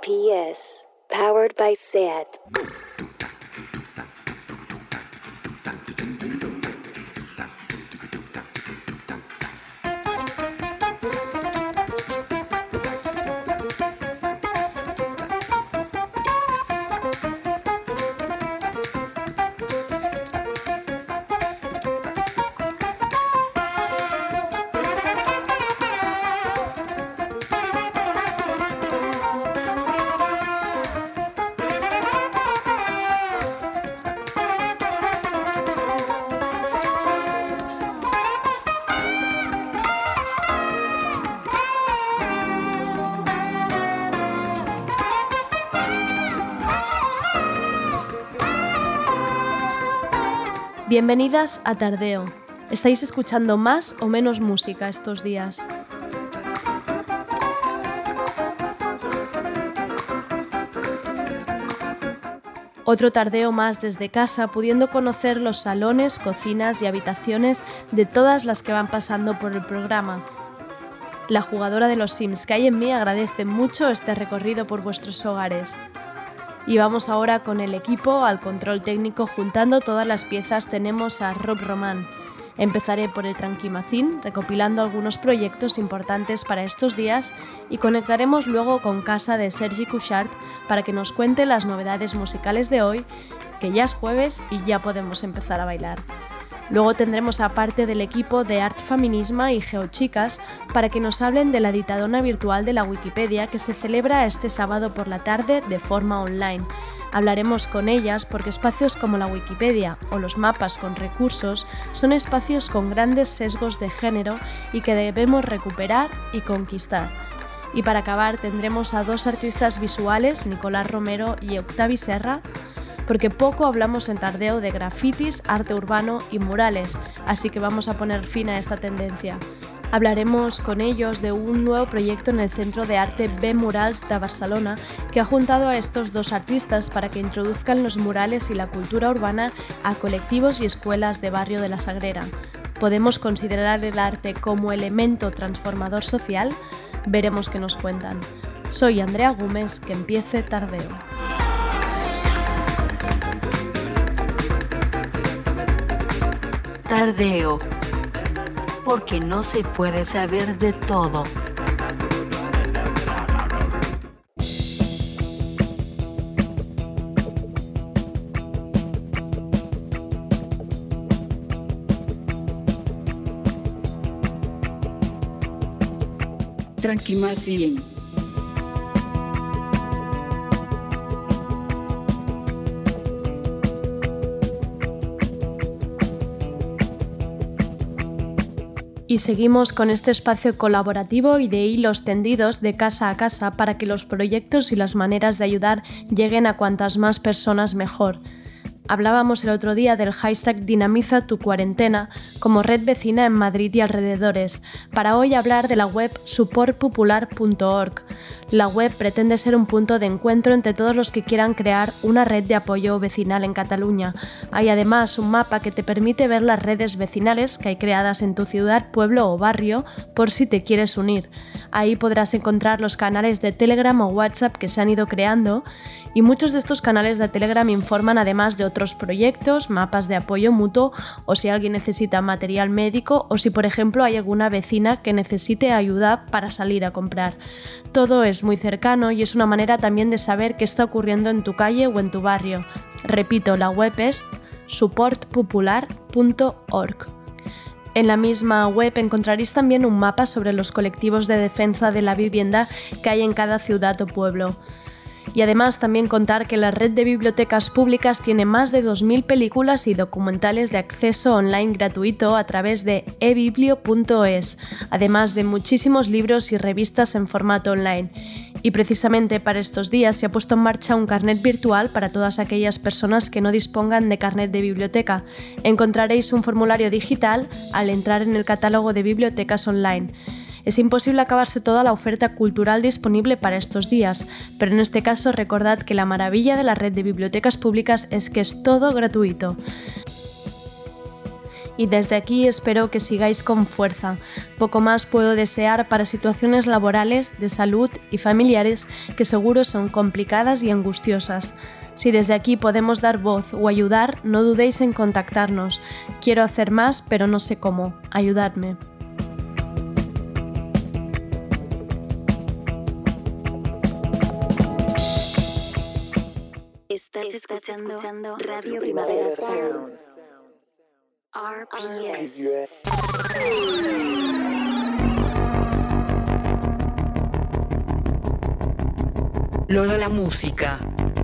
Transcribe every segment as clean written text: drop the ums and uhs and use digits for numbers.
PS, powered by SAT. Bienvenidas a Tardeo. ¿Estáis escuchando más o menos música estos días? Otro tardeo más desde casa, pudiendo conocer los salones, cocinas y habitaciones de todas las que van pasando por el programa. La jugadora de los Sims que hay en mí agradece mucho este recorrido por vuestros hogares. Y vamos ahora con el equipo al control técnico. Juntando todas las piezas tenemos a Rob Román. Empezaré por el Tranquimacín, recopilando algunos proyectos importantes para estos días, y conectaremos luego con casa de Sergi Cuixart para que nos cuente las novedades musicales de hoy, que ya es jueves y ya podemos empezar a bailar. Luego tendremos a parte del equipo de Art Feminisma y Geochicas para que nos hablen de la editadona virtual de la Wikipedia que se celebra este sábado por la tarde de forma online. Hablaremos con ellas porque espacios como la Wikipedia o los mapas con recursos son espacios con grandes sesgos de género y que debemos recuperar y conquistar. Y para acabar tendremos a dos artistas visuales, Nicolás Romero y Octavi Serra, porque poco hablamos en Tardeo de grafitis, arte urbano y murales, así que vamos a poner fin a esta tendencia. Hablaremos con ellos de un nuevo proyecto en el Centro de Arte B Murals de Barcelona que ha juntado a estos dos artistas para que introduzcan los murales y la cultura urbana a colectivos y escuelas de barrio de la Sagrera. ¿Podemos considerar el arte como elemento transformador social? Veremos qué nos cuentan. Soy Andrea Gómez, que empiece Tardeo. Tardeo, porque no se puede saber de todo. Tranquimacín. Y seguimos con este espacio colaborativo y de hilos tendidos de casa a casa para que los proyectos y las maneras de ayudar lleguen a cuantas más personas mejor. Hablábamos el otro día del hashtag Dinamiza tu cuarentena como red vecina en Madrid y alrededores, para hoy hablar de la web supportpopular.org. La web pretende ser un punto de encuentro entre todos los que quieran crear una red de apoyo vecinal en Cataluña. Hay además un mapa que te permite ver las redes vecinales que hay creadas en tu ciudad, pueblo o barrio por si te quieres unir. Ahí podrás encontrar los canales de Telegram o WhatsApp que se han ido creando, y muchos de estos canales de Telegram informan además de otros proyectos, mapas de apoyo mutuo o si alguien necesita material médico o si por ejemplo hay alguna vecina que necesite ayuda para salir a comprar. Todo es muy cercano y es una manera también de saber qué está ocurriendo en tu calle o en tu barrio. Repito, la web es supportpopular.org. En la misma web encontraréis también un mapa sobre los colectivos de defensa de la vivienda que hay en cada ciudad o pueblo. Y además también contar que la red de bibliotecas públicas tiene más de 2.000 películas y documentales de acceso online gratuito a través de ebiblio.es, además de muchísimos libros y revistas en formato online. Y precisamente para estos días se ha puesto en marcha un carnet virtual para todas aquellas personas que no dispongan de carnet de biblioteca. Encontraréis un formulario digital al entrar en el catálogo de bibliotecas online. Es imposible acabarse toda la oferta cultural disponible para estos días, pero en este caso recordad que la maravilla de la red de bibliotecas públicas es que es todo gratuito. Y desde aquí espero que sigáis con fuerza. Poco más puedo desear para situaciones laborales, de salud y familiares que seguro son complicadas y angustiosas. Si desde aquí podemos dar voz o ayudar, no dudéis en contactarnos. Quiero hacer más, pero no sé cómo. Ayudadme. Estás escuchando Radio Primavera Sound. RPS. Lo de la música.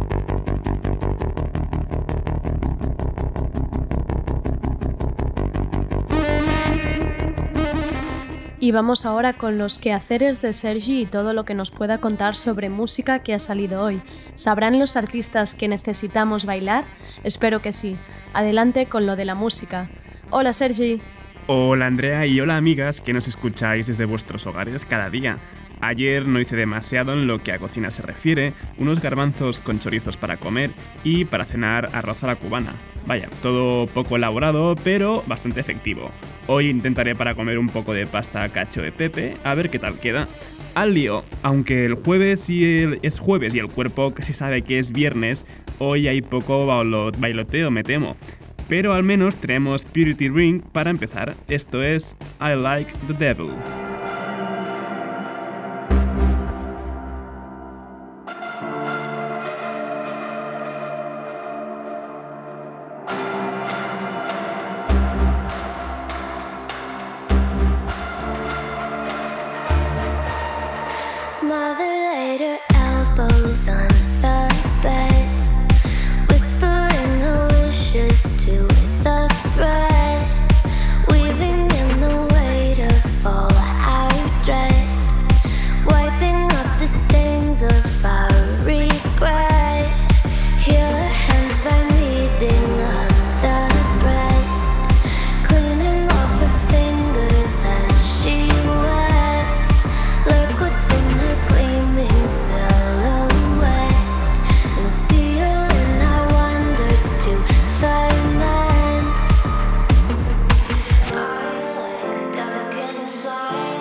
Y vamos ahora con los quehaceres de Sergi y todo lo que nos pueda contar sobre música que ha salido hoy. ¿Sabrán los artistas que necesitamos bailar? Espero que sí. Adelante con lo de la música. Hola Sergi. Hola Andrea y hola amigas que nos escucháis desde vuestros hogares cada día. Ayer no hice demasiado en lo que a cocina se refiere, unos garbanzos con chorizos para comer y para cenar arroz a la cubana. Vaya, todo poco elaborado, pero bastante efectivo. Hoy intentaré para comer un poco de pasta cacho de pepe, a ver qué tal queda. Al lío, aunque el jueves es jueves y el cuerpo casi sabe que es viernes, hoy hay poco bailoteo, me temo. Pero al menos tenemos Purity Ring para empezar. Esto es I Like the Devil. Mother laid her elbows on the bed, whispering her wishes to the threads, weaving in the weight of all our dread, wiping up the stains of our regret. Hear her hands by kneading up the bread, cleaning off her fingers as she wept, lurk within her gleaming silhouette, and seal in our wonder to ferment. I like the devil can fly,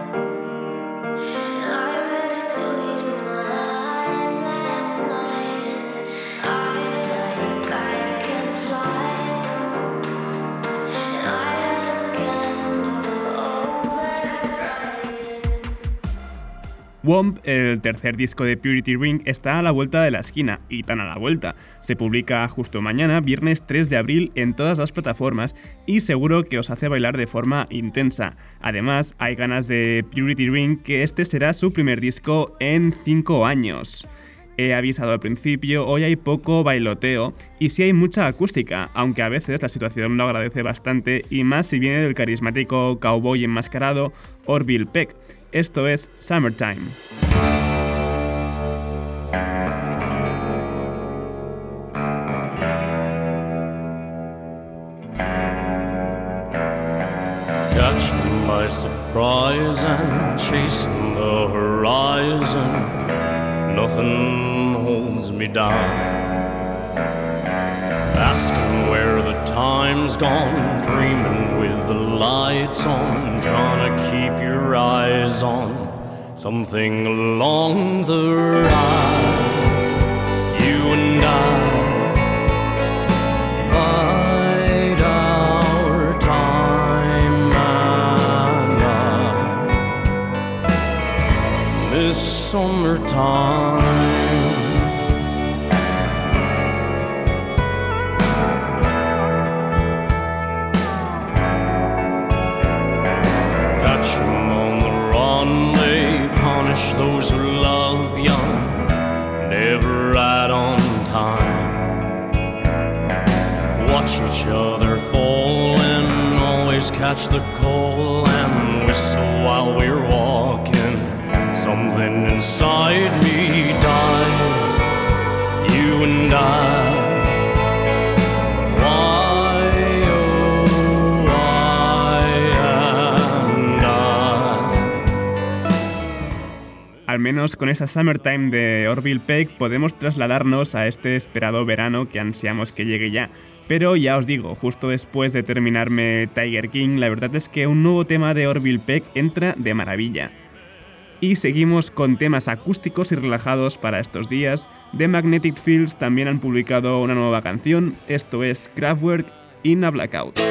and I read her sweet mind last night, and I can fly, and I had a candle over Friday. Womp, el tercer disco de Purity Ring, está a la vuelta de la esquina, y tan a la vuelta. Se publica justo mañana, viernes 3 de abril, en todas las plataformas, y seguro que os hace bailar de forma intensa. Además, hay ganas de Purity Ring que este será su primer disco en 5 años. He avisado al principio, hoy hay poco bailoteo, y sí hay mucha acústica, aunque a veces la situación lo agradece bastante, y más si viene del carismático cowboy enmascarado Orville Peck. Esto es Summertime. Catch 'em by surprise and chasing the horizon. Nothing holds me down. Asking where the time's gone, dreaming with the lights on, trying to keep your eyes on something along the rise. You and I bide our time, and I miss summertime. Those who love young, never right on time. Watch each other fall and always catch the call and whistle while we're walking. Something inside me dies, you and I. Al menos con esa Summertime de Orville Peck podemos trasladarnos a este esperado verano que ansiamos que llegue ya. Pero ya os digo, justo después de terminarme Tiger King, la verdad es que un nuevo tema de Orville Peck entra de maravilla. Y seguimos con temas acústicos y relajados para estos días. The Magnetic Fields también han publicado una nueva canción, esto es Kraftwerk in a Blackout.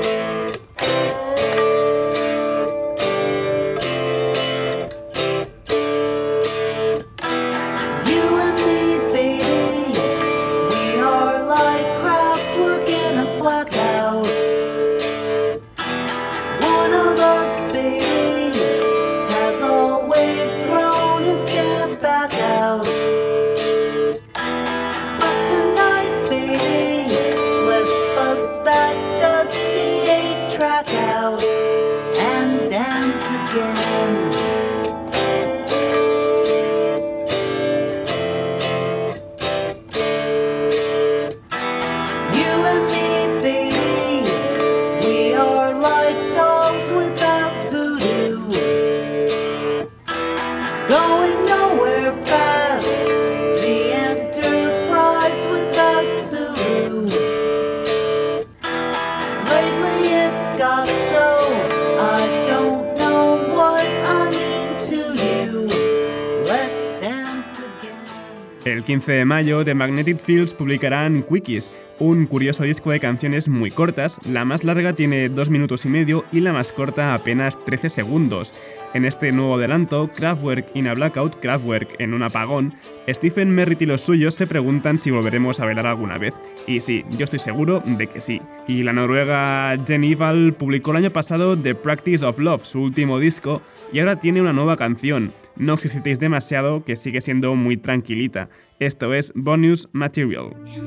El 15 de mayo, The Magnetic Fields publicarán Quickies, un curioso disco de canciones muy cortas. La más larga tiene 2 minutos y medio y la más corta apenas 13 segundos. En este nuevo adelanto, Kraftwerk in a Blackout, Kraftwerk en un apagón, Stephen Merritt y los suyos se preguntan si volveremos a bailar alguna vez. Y sí, yo estoy seguro de que sí. Y la noruega Jenny Evald publicó el año pasado The Practice of Love, su último disco, y ahora tiene una nueva canción. No os excitéis demasiado, que sigue siendo muy tranquilita. Esto es Bonus Material.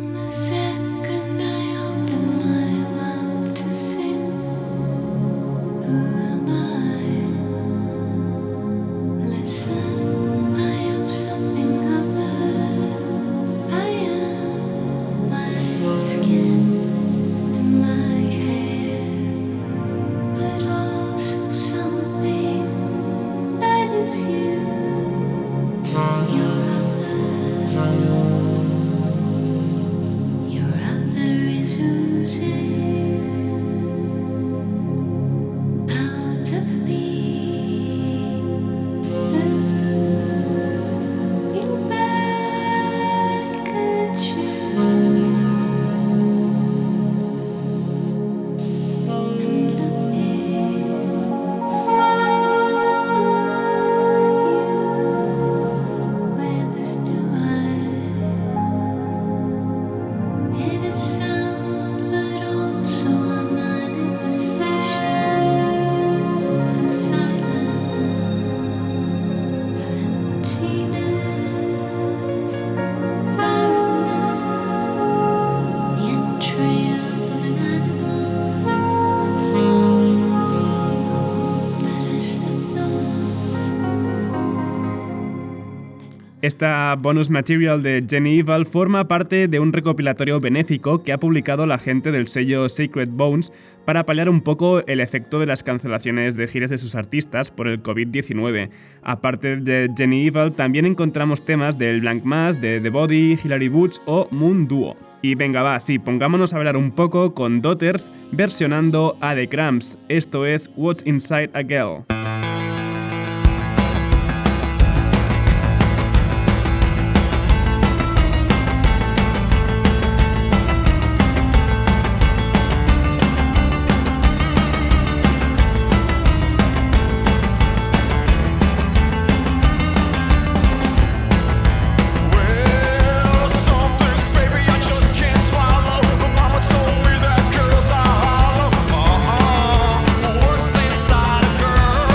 Esta bonus material de Jenny Evald forma parte de un recopilatorio benéfico que ha publicado la gente del sello Sacred Bones para paliar un poco el efecto de las cancelaciones de giras de sus artistas por el COVID-19. Aparte de Jenny Evald, también encontramos temas del Blank Mass, de The Body, Hilary Boots o Moon Duo. Y venga va, sí, pongámonos a hablar un poco con Daughters versionando a The Cramps. Esto es What's Inside a Girl. Girl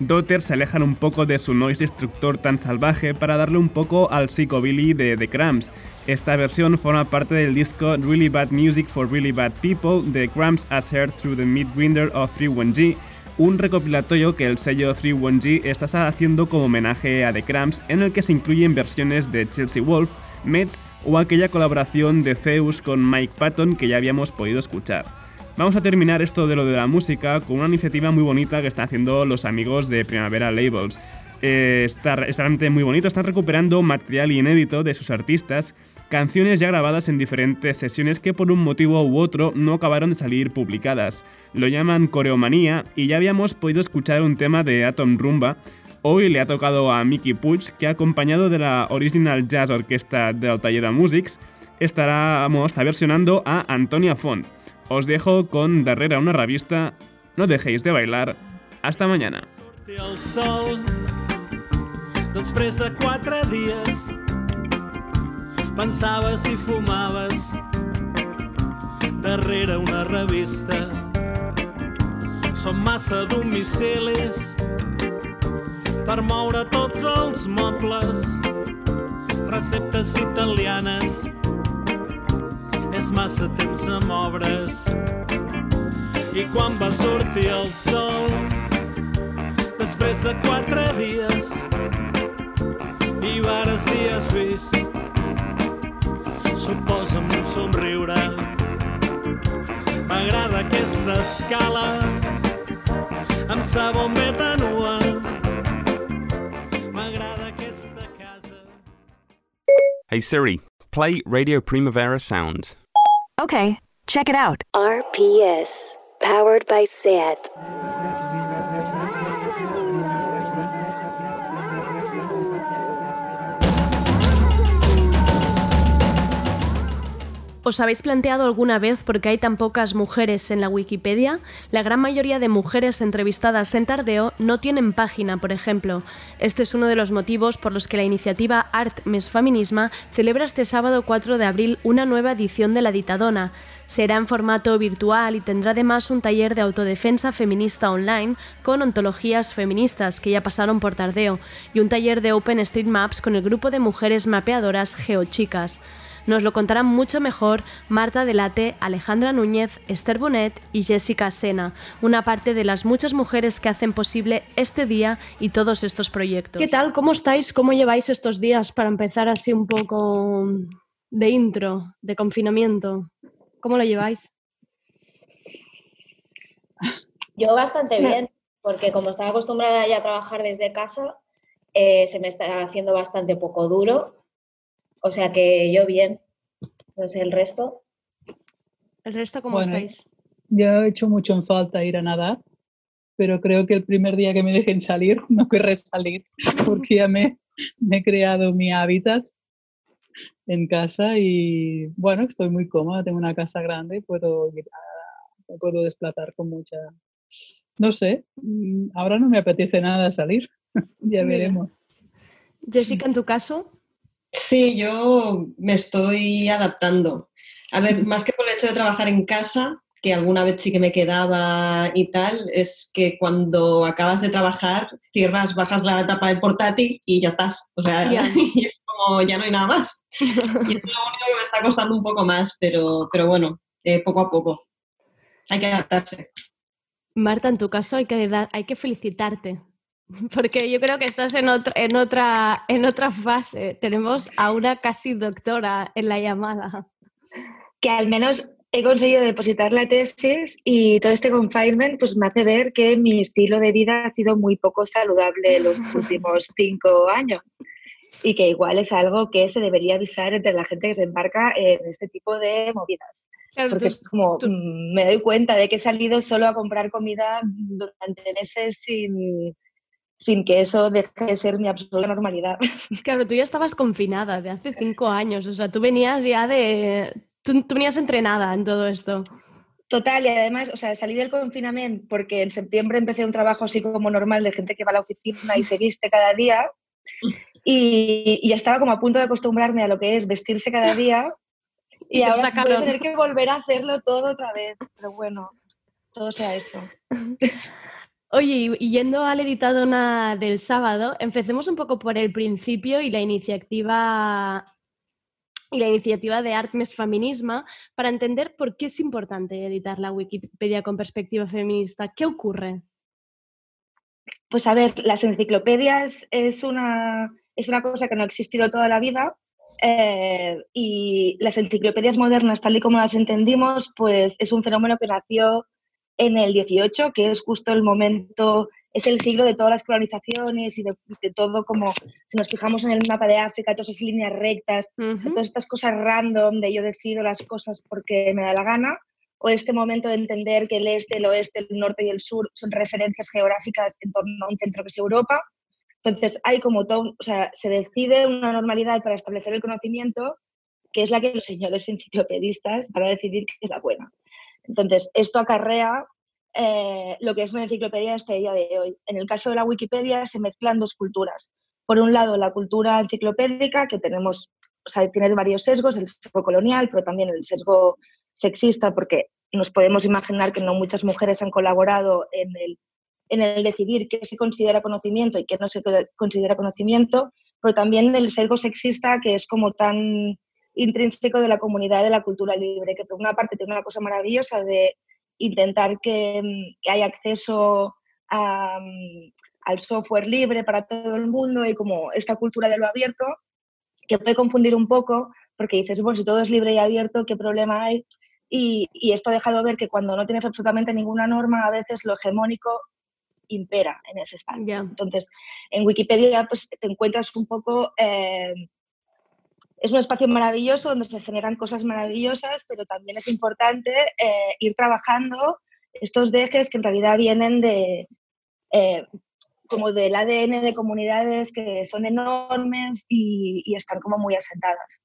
Daughter se alejan un poco de su noise destructor tan salvaje para darle un poco al psychobilly de The Cramps. Esta versión forma parte del disco Really Bad Music for Really Bad People de Cramps as Heard Through the Midwinter of 31G, un recopilatorio que el sello 31G está haciendo como homenaje a The Cramps, en el que se incluyen versiones de Chelsea Wolfe, Mets o aquella colaboración de Zeus con Mike Patton que ya habíamos podido escuchar. Vamos a terminar esto de lo de la música con una iniciativa muy bonita que están haciendo los amigos de Primavera Labels. Está realmente muy bonito, están recuperando material inédito de sus artistas, canciones ya grabadas en diferentes sesiones que por un motivo u otro no acabaron de salir publicadas. Lo llaman Coreomanía y ya habíamos podido escuchar un tema de Atom Rumba. Hoy le ha tocado a Mickey Puig, que acompañado de la Original Jazz Orquesta del Taller Musics está versionando a Antonia Font. Os dejo con Darrere una revista. No dejéis de bailar. Hasta mañana. El sol, després de 4 dies, pensaves i fumaves darrere una revista. Són massa domicilis per moure tots els mobles, receptes italianes, és massa temps amb obres. I quan va sortir el sol, després de 4 dies, i vares dir has vist, suposa'm un somriure. M'agrada aquesta escala amb sa bombeta nua. M'agrada aquesta casa. Hey Siri, play Radio Primavera Sound. Okay, check it out. RPS, powered by SAT. ¿Os habéis planteado alguna vez por qué hay tan pocas mujeres en la Wikipedia? La gran mayoría de mujeres entrevistadas en Tardeo no tienen página, por ejemplo. Este es uno de los motivos por los que la iniciativa Art Més Feminisme celebra este sábado 4 de abril una nueva edición de La Ditadona. Será en formato virtual y tendrá además un taller de autodefensa feminista online con ontologías feministas que ya pasaron por Tardeo y un taller de OpenStreetMaps con el grupo de mujeres mapeadoras Geochicas. Nos lo contarán mucho mejor Marta Delate, Alejandra Núñez, Esther Bonet y Jessica Sena, una parte de las muchas mujeres que hacen posible este día y todos estos proyectos. ¿Qué tal? ¿Cómo estáis? ¿Cómo lleváis estos días para empezar así un poco de intro, de confinamiento? ¿Cómo lo lleváis? Yo bastante bien, porque como estaba acostumbrada ya a trabajar desde casa, se me está haciendo bastante poco duro. O sea que yo bien, no sé el resto. ¿El resto cómo estáis? Yo he hecho mucho en falta ir a nadar, pero creo que el primer día que me dejen salir no querré salir porque ya me he creado mi hábitat en casa y bueno, estoy muy cómoda, tengo una casa grande, me puedo desplazar con mucha... No sé, ahora no me apetece nada salir, ya veremos. Jessica, ¿en tu caso? Sí, yo me estoy adaptando. A ver, más que por el hecho de trabajar en casa, que alguna vez sí que me quedaba y tal, es que cuando acabas de trabajar, cierras, bajas la tapa del portátil y ya estás. O sea, y es como ya no hay nada más. Y eso es lo único que me está costando un poco más, pero bueno, poco a poco. Hay que adaptarse. Marta, en tu caso hay que felicitarte. Porque yo creo que estás en otra fase. Tenemos a una casi doctora en la llamada. Que al menos he conseguido depositar la tesis y todo este confinement pues me hace ver que mi estilo de vida ha sido muy poco saludable los últimos 5 años y que igual es algo que se debería avisar entre la gente que se embarca en este tipo de movidas. Claro, porque es como, me doy cuenta de que he salido solo a comprar comida durante meses sin que eso deje de ser mi absoluta normalidad. Claro, tú ya estabas confinada de hace 5 años, o sea, tú venías ya Tú venías entrenada en todo esto. Total, y además, o sea, salí del confinamiento porque en septiembre empecé un trabajo así como normal de gente que va a la oficina y se viste cada día y ya estaba como a punto de acostumbrarme a lo que es vestirse cada día y ahora voy a tener que volver a hacerlo todo otra vez, pero bueno, todo sea eso. Oye, y yendo al Editadona del sábado, empecemos un poco por el principio y la iniciativa de Artmes Feminisme para entender por qué es importante editar la Wikipedia con perspectiva feminista. ¿Qué ocurre? Pues a ver, las enciclopedias es una cosa que no ha existido toda la vida y las enciclopedias modernas, tal y como las entendimos, pues es un fenómeno que nació en el 18, que es justo el momento, es el siglo de todas las colonizaciones y de todo, como si nos fijamos en el mapa de África, todas esas líneas rectas, o sea, todas estas cosas random de yo decido las cosas porque me da la gana, o este momento de entender que el este, el oeste, el norte y el sur son referencias geográficas en torno a un centro que es Europa. Entonces hay como todo, o sea, se decide una normalidad para establecer el conocimiento que es la que los señores enciclopedistas van a decidir que es la buena. Entonces, esto acarrea lo que es una enciclopedia hasta el día de hoy. En el caso de la Wikipedia se mezclan dos culturas. Por un lado, la cultura enciclopédica, que tenemos, o sea, tiene varios sesgos, el sesgo colonial, pero también el sesgo sexista, porque nos podemos imaginar que no muchas mujeres han colaborado en el decidir qué se considera conocimiento y qué no se considera conocimiento, pero también el sesgo sexista, que es como tan intrínseco de la comunidad de la cultura libre, que por una parte tiene una cosa maravillosa de intentar que haya acceso al software libre para todo el mundo y como esta cultura de lo abierto, que puede confundir un poco, porque dices, bueno, si todo es libre y abierto, ¿qué problema hay? Y esto ha dejado ver que cuando no tienes absolutamente ninguna norma, a veces lo hegemónico impera en ese espacio. Yeah. Entonces, en Wikipedia pues, te encuentras un poco... es un espacio maravilloso donde se generan cosas maravillosas, pero también es importante ir trabajando estos dejes que en realidad vienen de como del ADN de comunidades que son enormes y están como muy asentadas.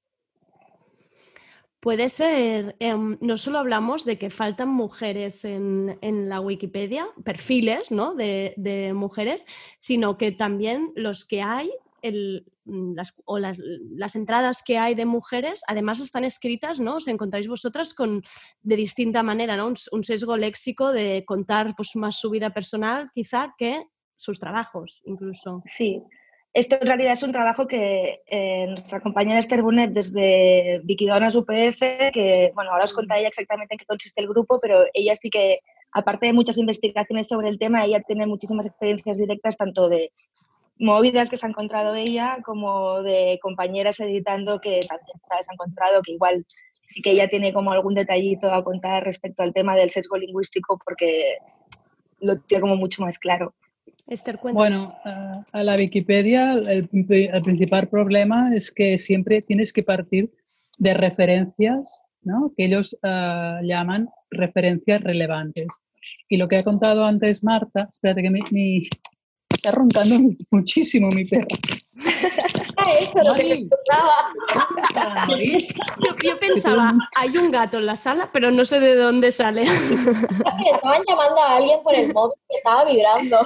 Puede ser, no solo hablamos de que faltan mujeres en la Wikipedia, perfiles, ¿no?, de mujeres, sino que también los que hay, las entradas que hay de mujeres, además están escritas, ¿no? Os encontráis vosotras de distinta manera, ¿no? Un sesgo léxico de contar pues, más su vida personal, quizá, que sus trabajos, incluso. Sí. Esto en realidad es un trabajo que nuestra compañera Esther Bonet desde Wikidonas UPF, que bueno, ahora os contaré exactamente en qué consiste el grupo, pero ella sí que, aparte de muchas investigaciones sobre el tema, ella tiene muchísimas experiencias directas, tanto de movidas que se ha encontrado ella, como de compañeras editando que también se ha encontrado, que igual sí que ella tiene como algún detallito a contar respecto al tema del sesgo lingüístico, porque lo tiene como mucho más claro. Esther, cuéntame. Bueno, a la Wikipedia el principal problema es que siempre tienes que partir de referencias, ¿no?, que ellos llaman referencias relevantes. Y lo que ha contado antes Marta, espérate que está roncando muchísimo mi perro. Eso lo que me escuchaba. Yo pensaba, hay un gato en la sala, pero no sé de dónde sale. Estaban llamando a alguien por el móvil que estaba vibrando.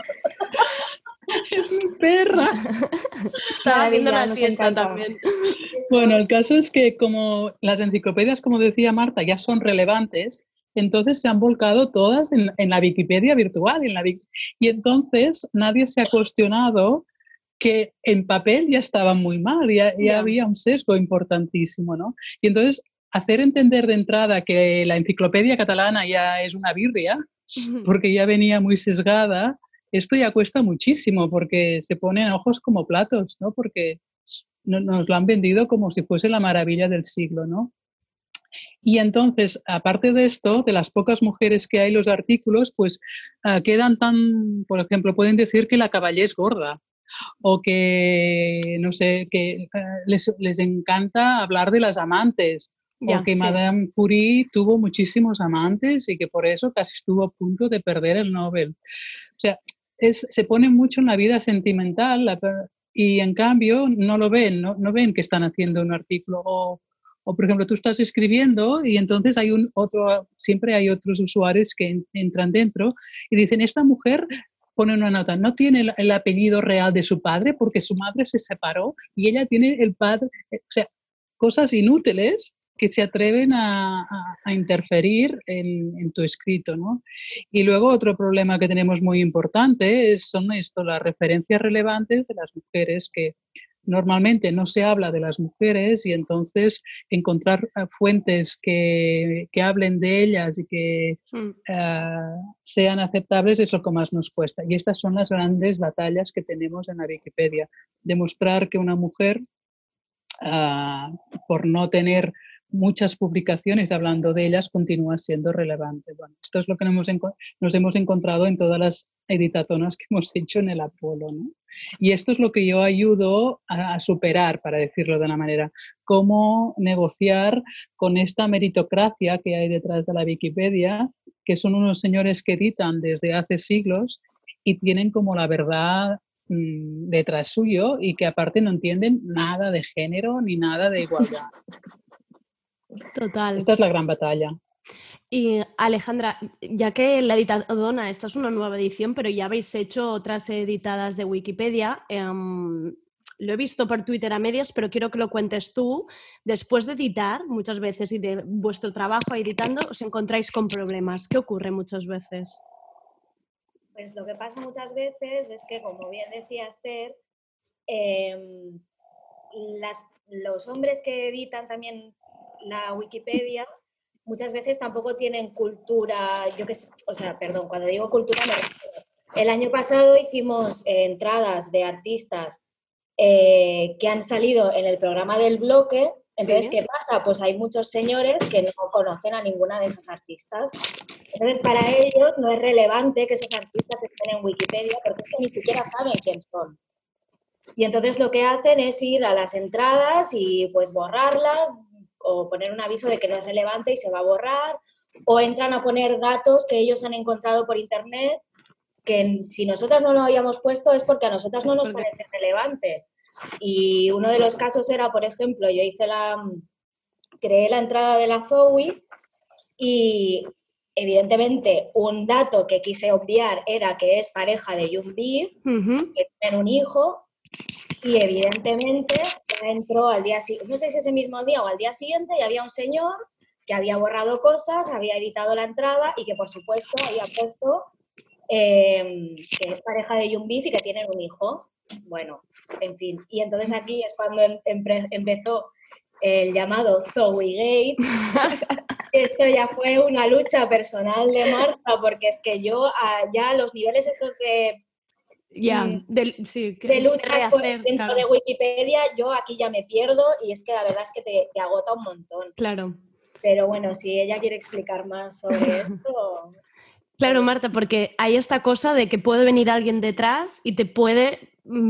Es mi perra. Estaba haciendo la siesta también. Bueno, el caso es que como las enciclopedias, como decía Marta, ya son relevantes, entonces se han volcado todas en la Wikipedia virtual. Y entonces nadie se ha cuestionado que en papel ya estaban muy mal, ya había un sesgo importantísimo, ¿no? Y entonces hacer entender de entrada que la enciclopedia catalana ya es una birria, porque ya venía muy sesgada, esto ya cuesta muchísimo, porque se ponen ojos como platos, ¿no? Porque nos lo han vendido como si fuese la maravilla del siglo, ¿no? Y entonces, aparte de esto, de las pocas mujeres que hay en los artículos, pues quedan tan, por ejemplo, pueden decir que la Caballé es gorda, o que, no sé, que les encanta hablar de las amantes, o que Madame Curie tuvo muchísimos amantes y que por eso casi estuvo a punto de perder el Nobel. O sea, se pone mucho en la vida sentimental y en cambio no lo ven, no ven que están haciendo un artículo o, por ejemplo, tú estás escribiendo y entonces siempre hay otros usuarios que entran dentro y dicen, esta mujer pone una nota, no tiene el apellido real de su padre porque su madre se separó y ella tiene el padre, o sea, cosas inútiles que se atreven a interferir en tu escrito, ¿no? Y luego otro problema que tenemos muy importante son las referencias relevantes de las mujeres, que normalmente no se habla de las mujeres, y entonces encontrar fuentes que hablen de ellas y que sean aceptables es lo que más nos cuesta. Y estas son las grandes batallas que tenemos en la Wikipedia. Demostrar que una mujer, por no tener muchas publicaciones hablando de ellas, continúa siendo relevante. Bueno, esto es lo que nos hemos encontrado en todas las editatonas que hemos hecho en el Apolo, ¿no? Y esto es lo que yo ayudo a superar, para decirlo de una manera, cómo negociar con esta meritocracia que hay detrás de la Wikipedia, que son unos señores que editan desde hace siglos y tienen como la verdad detrás suyo, y que aparte no entienden nada de género ni nada de igualdad. Total. Esta es la gran batalla. Y Alejandra, ya que la editadona, esta es una nueva edición, pero ya habéis hecho otras editadas de Wikipedia, lo he visto por Twitter a medias, pero quiero que lo cuentes tú. Después de editar muchas veces y de vuestro trabajo editando, os encontráis con problemas. ¿Qué ocurre muchas veces? Pues lo que pasa muchas veces es que, como bien decía Esther, los hombres que editan también la Wikipedia muchas veces tampoco tienen cultura, cuando digo cultura me refiero. El año pasado hicimos entradas de artistas que han salido en el programa del bloque. Entonces, ¿qué pasa? Pues hay muchos señores que no conocen a ninguna de esas artistas. Entonces, para ellos no es relevante que esos artistas estén en Wikipedia, porque es que ni siquiera saben quién son. Y entonces lo que hacen es ir a las entradas y pues borrarlas, o poner un aviso de que no es relevante y se va a borrar, o entran a poner datos que ellos han encontrado por internet, que si nosotros no lo habíamos puesto es porque a nosotras no nos parece relevante. Y uno de los casos era, por ejemplo, yo creé la entrada de la Zoe y evidentemente un dato que quise obviar era que es pareja de Jung Beef, que tienen un hijo, y evidentemente ya entró al día siguiente, no sé si ese mismo día o al día siguiente, y había un señor que había borrado cosas, había editado la entrada y que por supuesto había puesto que es pareja de Jung Beef y que tienen un hijo. Bueno, en fin. Y entonces aquí es cuando empezó el llamado Zoe Gate. Esto ya fue una lucha personal de Marta, porque es que yo ya los niveles estos de luchas dentro de Wikipedia, yo aquí ya me pierdo, y es que la verdad es que te agota un montón. Claro. Pero bueno, si ella quiere explicar más sobre esto... Claro, Marta, porque hay esta cosa de que puede venir alguien detrás y te puede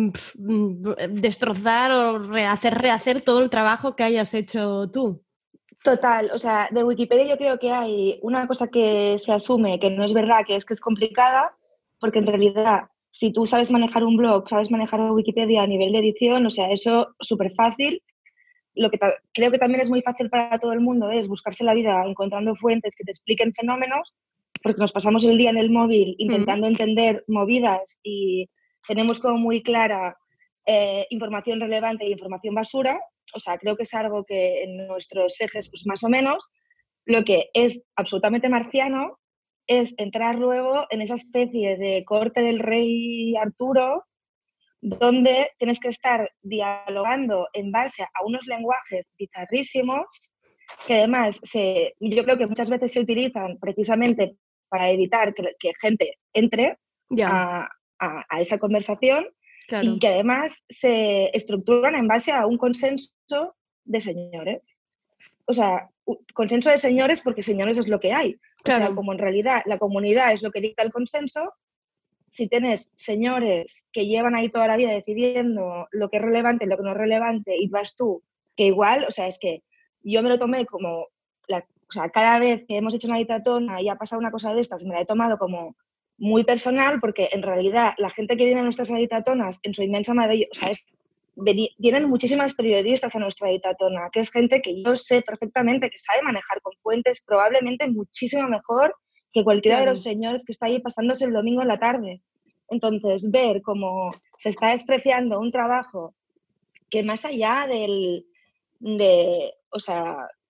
destrozar o rehacer todo el trabajo que hayas hecho tú. Total, o sea, de Wikipedia yo creo que hay una cosa que se asume que no es verdad, que es complicada, porque en realidad si tú sabes manejar un blog, sabes manejar Wikipedia a nivel de edición, o sea, eso súper fácil. Lo que creo que también es muy fácil para todo el mundo es buscarse la vida encontrando fuentes que te expliquen fenómenos, porque nos pasamos el día en el móvil intentando entender movidas y tenemos como muy clara información relevante e información basura. O sea, creo que es algo que en nuestros ejes, pues más o menos. Lo que es absolutamente marciano es entrar luego en esa especie de corte del rey Arturo, donde tienes que estar dialogando en base a unos lenguajes bizarrísimos, que además yo creo que muchas veces se utilizan precisamente para evitar que gente entre a esa conversación. Claro. Y que además se estructuran en base a un consenso de señores. O sea, consenso de señores porque señores es lo que hay. Claro. O sea, como en realidad la comunidad es lo que dicta el consenso, si tienes señores que llevan ahí toda la vida decidiendo lo que es relevante y lo que no es relevante, y vas tú, que igual, o sea, es que yo me lo tomé como, o sea, cada vez que hemos hecho una editatona y ha pasado una cosa de estas, me la he tomado como muy personal, porque en realidad la gente que viene a nuestras editatonas, en su inmensa mayoría, o sea, vienen muchísimas periodistas a nuestra editatona, que es gente que yo sé perfectamente que sabe manejar con fuentes probablemente muchísimo mejor que cualquiera de los señores que está ahí pasándose el domingo en la tarde. Entonces, ver cómo se está despreciando un trabajo que más allá o sea,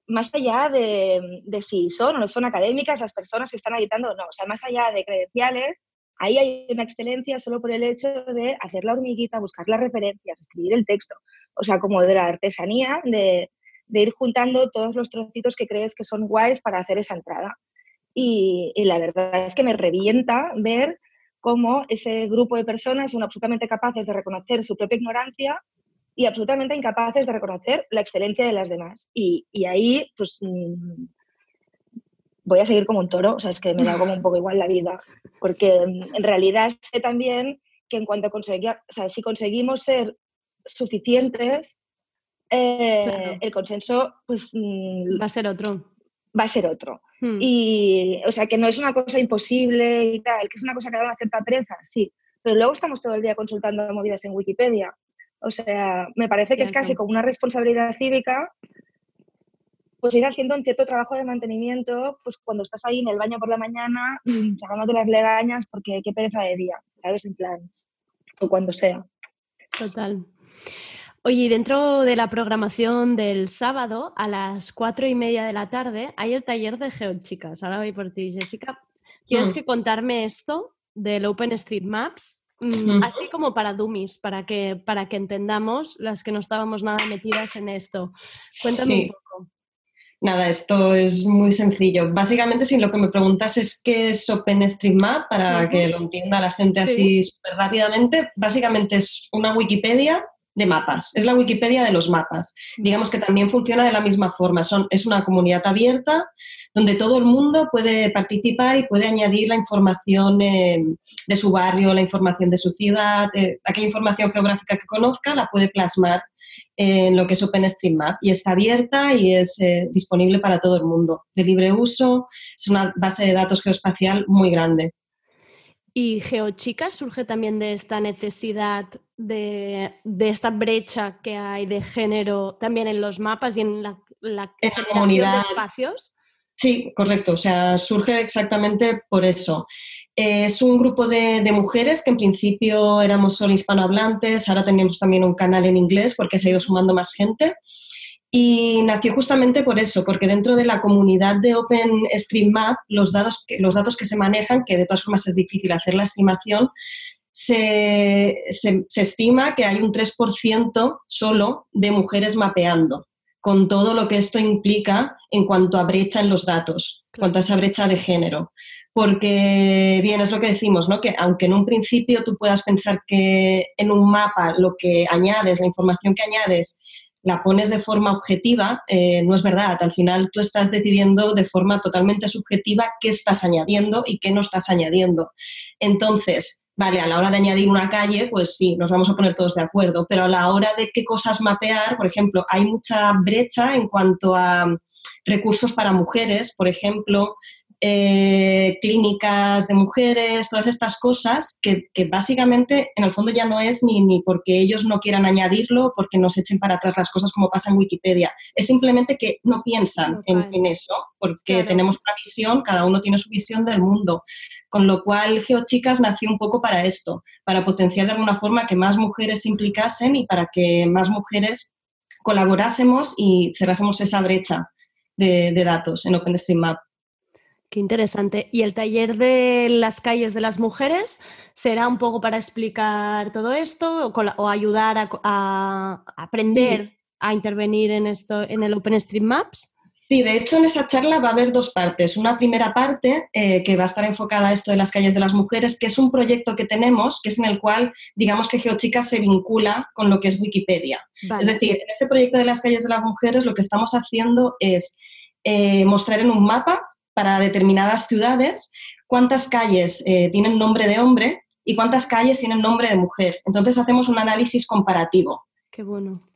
más allá de si son o no son académicas las personas que están editando o no, o sea, más allá de credenciales, ahí hay una excelencia solo por el hecho de hacer la hormiguita, buscar las referencias, escribir el texto, o sea, como de la artesanía, de ir juntando todos los trocitos que crees que son guays para hacer esa entrada. Y la verdad es que me revienta ver cómo ese grupo de personas son absolutamente capaces de reconocer su propia ignorancia y absolutamente incapaces de reconocer la excelencia de las demás. Y ahí, pues, voy a seguir como un toro, o sea, es que me da como un poco igual la vida, porque en realidad sé también que en cuanto si conseguimos ser suficientes, Claro. el consenso, pues... Va a ser otro. Va a ser otro. Y, o sea, que no es una cosa imposible y tal, que es una cosa que da una cierta pereza, sí, pero luego estamos todo el día consultando movidas en Wikipedia. O sea, me parece que es casi como una responsabilidad cívica, pues ir haciendo un cierto trabajo de mantenimiento, pues cuando estás ahí en el baño por la mañana, sacándote las legañas porque qué pereza de día, ¿sabes? En plan, o cuando sea. Total. Oye, dentro de la programación del sábado, a las 4:30 de la tarde, hay el taller de GeoChicas. Ahora voy por ti, Jessica. Tienes que contarme esto del OpenStreetMaps, así como para dummies, para que entendamos las que no estábamos nada metidas en esto. Cuéntame un poco. Nada, esto es muy sencillo. Básicamente, si lo que me preguntas es qué es OpenStreetMap, para que lo entienda la gente así súper rápidamente, básicamente es una Wikipedia de mapas, es la Wikipedia de los mapas. Digamos que también funciona de la misma forma, es una comunidad abierta donde todo el mundo puede participar y puede añadir la información de su barrio, la información de su ciudad, aquella información geográfica que conozca, la puede plasmar en lo que es OpenStreetMap y está abierta y es disponible para todo el mundo, de libre uso, es una base de datos geoespacial muy grande. ¿Y GeoChicas surge también de esta necesidad, de esta brecha que hay de género también en los mapas y en la generación comunidad de espacios? Sí, correcto. O sea, surge exactamente por eso. Es un grupo de mujeres que en principio éramos solo hispanohablantes, ahora tenemos también un canal en inglés porque se ha ido sumando más gente. Y nació justamente por eso, porque dentro de la comunidad de OpenStreetMap, los datos que se manejan, que de todas formas es difícil hacer la estimación, se estima que hay un 3% solo de mujeres mapeando, con todo lo que esto implica en cuanto a brecha en los datos, en cuanto a esa brecha de género. Porque, bien, es lo que decimos, ¿no? Que aunque en un principio tú puedas pensar que en un mapa lo que añades, la información que añades, la pones de forma objetiva, no es verdad. Al final tú estás decidiendo de forma totalmente subjetiva qué estás añadiendo y qué no estás añadiendo. Entonces, vale, a la hora de añadir una calle, pues sí, nos vamos a poner todos de acuerdo, pero a la hora de qué cosas mapear, por ejemplo, hay mucha brecha en cuanto a recursos para mujeres, por ejemplo, clínicas de mujeres, todas estas cosas que básicamente en el fondo ya no es ni porque ellos no quieran añadirlo, porque nos echen para atrás las cosas como pasa en Wikipedia, es simplemente que no piensan en eso, porque tenemos una visión, cada uno tiene su visión del mundo, con lo cual GeoChicas nació un poco para esto, para potenciar de alguna forma que más mujeres se implicasen y para que más mujeres colaborásemos y cerrásemos esa brecha de datos en OpenStreetMap. Qué interesante. ¿Y el taller de las calles de las mujeres será un poco para explicar todo esto o ayudar a aprender a intervenir en esto, en el OpenStreetMaps? Sí, de hecho en esa charla va a haber dos partes. Una primera parte que va a estar enfocada a esto de las calles de las mujeres, que es un proyecto que tenemos, que es en el cual digamos que GeoChicas se vincula con lo que es Wikipedia. Vale. Es decir, en este proyecto de las calles de las mujeres lo que estamos haciendo es mostrar en un mapa para determinadas ciudades cuántas calles tienen nombre de hombre y cuántas calles tienen nombre de mujer. Entonces hacemos un análisis comparativo. Qué bueno.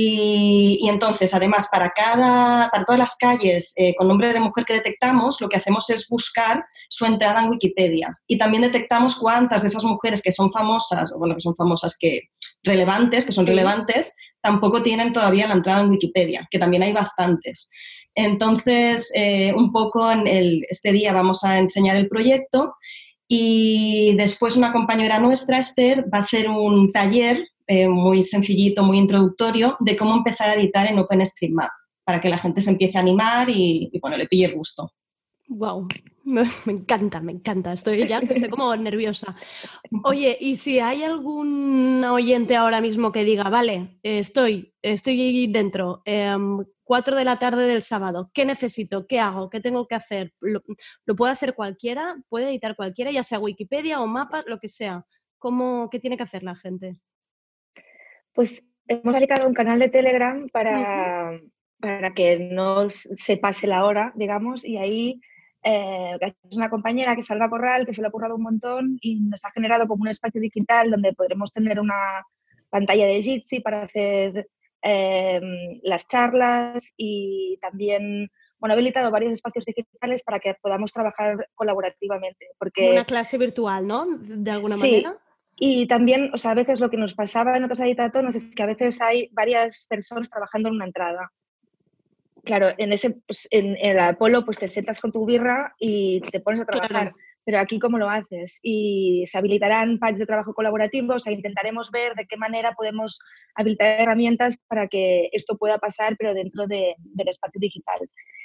Y entonces, además, para todas las calles con nombre de mujer que detectamos, lo que hacemos es buscar su entrada en Wikipedia. Y también detectamos cuántas de esas mujeres que son famosas, o bueno, que son famosas, que son relevantes, tampoco tienen todavía la entrada en Wikipedia, que también hay bastantes. Entonces, un poco este día vamos a enseñar el proyecto y después una compañera nuestra, Esther, va a hacer un taller muy sencillito, muy introductorio, de cómo empezar a editar en OpenStreetMap, para que la gente se empiece a animar y bueno, le pille gusto. Wow, me encanta. Estoy como nerviosa. Oye, y si hay algún oyente ahora mismo que diga, vale, estoy dentro, 4 de la tarde del sábado, ¿qué necesito? ¿Qué hago? ¿Qué tengo que hacer? ¿Lo puede hacer cualquiera? ¿Puede editar cualquiera? Ya sea Wikipedia o mapas, lo que sea. ¿Qué tiene que hacer la gente? Pues hemos aplicado un canal de Telegram para que no se pase la hora, digamos, y ahí es una compañera que es Salva Corral, que se le ha currado un montón y nos ha generado como un espacio digital donde podremos tener una pantalla de Jitsi para hacer las charlas y también, bueno, ha habilitado varios espacios digitales para que podamos trabajar colaborativamente. Porque, una clase virtual, ¿no? De alguna sí, manera. Y también, o sea, a veces lo que nos pasaba en otros editatonos es que a veces hay varias personas trabajando en una entrada. Claro, en el Apolo pues te sientas con tu birra y te pones a trabajar. Claro. Pero aquí, ¿cómo lo haces? Y se habilitarán pads de trabajo colaborativo, o sea, intentaremos ver de qué manera podemos habilitar herramientas para que esto pueda pasar, pero dentro del espacio digital.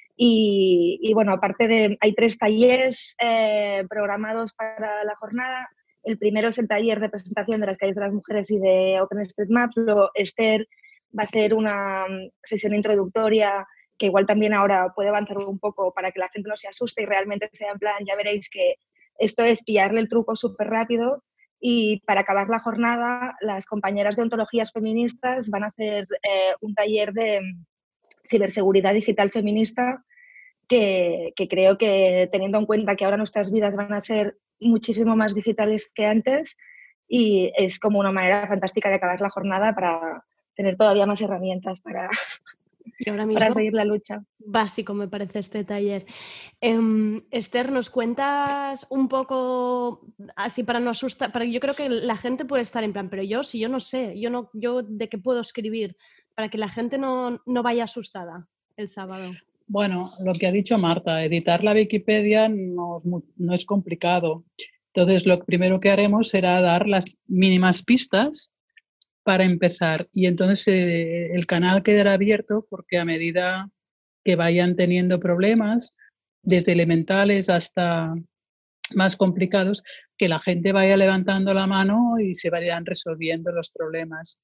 Y bueno, hay 3 talleres programados para la jornada. El primero es el taller de presentación de las calles de las mujeres y de OpenStreetMaps. Luego Esther va a hacer una sesión introductoria que igual también ahora puede avanzar un poco para que la gente no se asuste y realmente sea en plan, ya veréis que esto es pillarle el truco súper rápido. Y para acabar la jornada, las compañeras de ontologías feministas van a hacer un taller de ciberseguridad digital feminista que creo que, teniendo en cuenta que ahora nuestras vidas van a ser muchísimo más digitales que antes, y es como una manera fantástica de acabar la jornada para tener todavía más herramientas para seguir la lucha. Básico me parece este taller. Esther, ¿nos cuentas un poco, así para no asustar? Yo creo que la gente puede estar en plan, pero si yo no sé, yo de qué puedo escribir, para que la gente no vaya asustada el sábado. Bueno, lo que ha dicho Marta, editar la Wikipedia no es complicado. Entonces, lo primero que haremos será dar las mínimas pistas para empezar. Y entonces el canal quedará abierto porque a medida que vayan teniendo problemas, desde elementales hasta más complicados, que la gente vaya levantando la mano y se vayan resolviendo los problemas.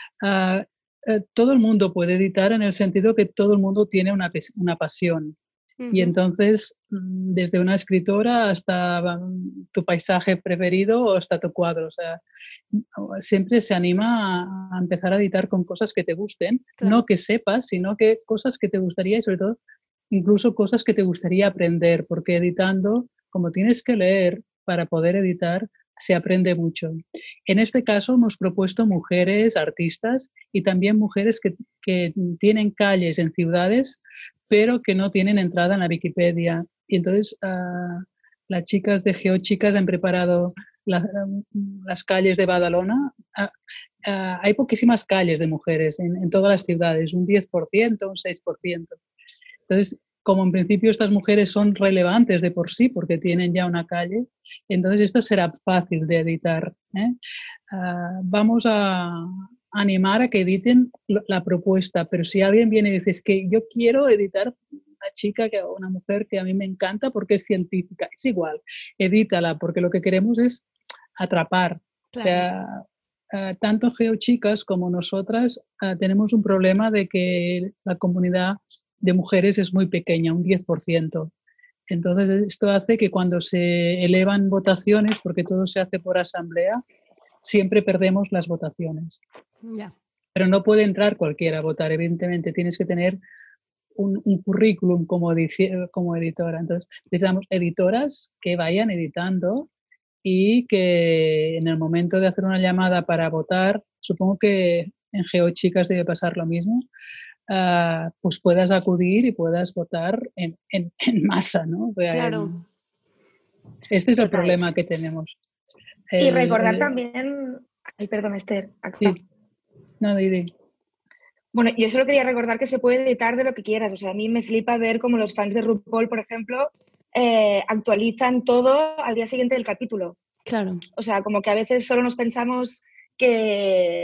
Todo el mundo puede editar en el sentido que todo el mundo tiene una pasión. Y entonces, desde una escritora hasta tu paisaje preferido o hasta tu cuadro. O sea, siempre se anima a empezar a editar con cosas que te gusten, claro. No que sepas, sino que cosas que te gustaría y sobre todo incluso cosas que te gustaría aprender, porque editando, como tienes que leer para poder editar, se aprende mucho. En este caso hemos propuesto mujeres artistas y también mujeres que tienen calles en ciudades, pero que no tienen entrada en la Wikipedia. Y entonces las chicas de GeoChicas han preparado las calles de Badalona. Hay poquísimas calles de mujeres en todas las ciudades, un 10%, un 6%. Entonces, como en principio estas mujeres son relevantes de por sí porque tienen ya una calle, entonces esto será fácil de editar. Vamos a animar a que editen la propuesta, pero si alguien viene y dice es que yo quiero editar una mujer que a mí me encanta porque es científica, es igual, edítala, porque lo que queremos es atrapar. Claro. Tanto GeoChicas como nosotras tenemos un problema de que la comunidad de mujeres es muy pequeña, un 10%. Entonces, esto hace que cuando se elevan votaciones, porque todo se hace por asamblea, siempre perdemos las votaciones. Yeah. Pero no puede entrar cualquiera a votar, evidentemente. Tienes que tener un currículum como editora. Entonces, necesitamos editoras que vayan editando y que en el momento de hacer una llamada para votar, supongo que en GeoChicas debe pasar lo mismo, pues puedas acudir y puedas votar en masa, ¿no? Claro. Este es el problema que tenemos. Y recordar también... Ay, perdón, Esther. Sí. No, di. Bueno, yo solo quería recordar que se puede editar de lo que quieras. O sea, a mí me flipa ver cómo los fans de RuPaul, por ejemplo, actualizan todo al día siguiente del capítulo. Claro. O sea, como que a veces solo nos pensamos que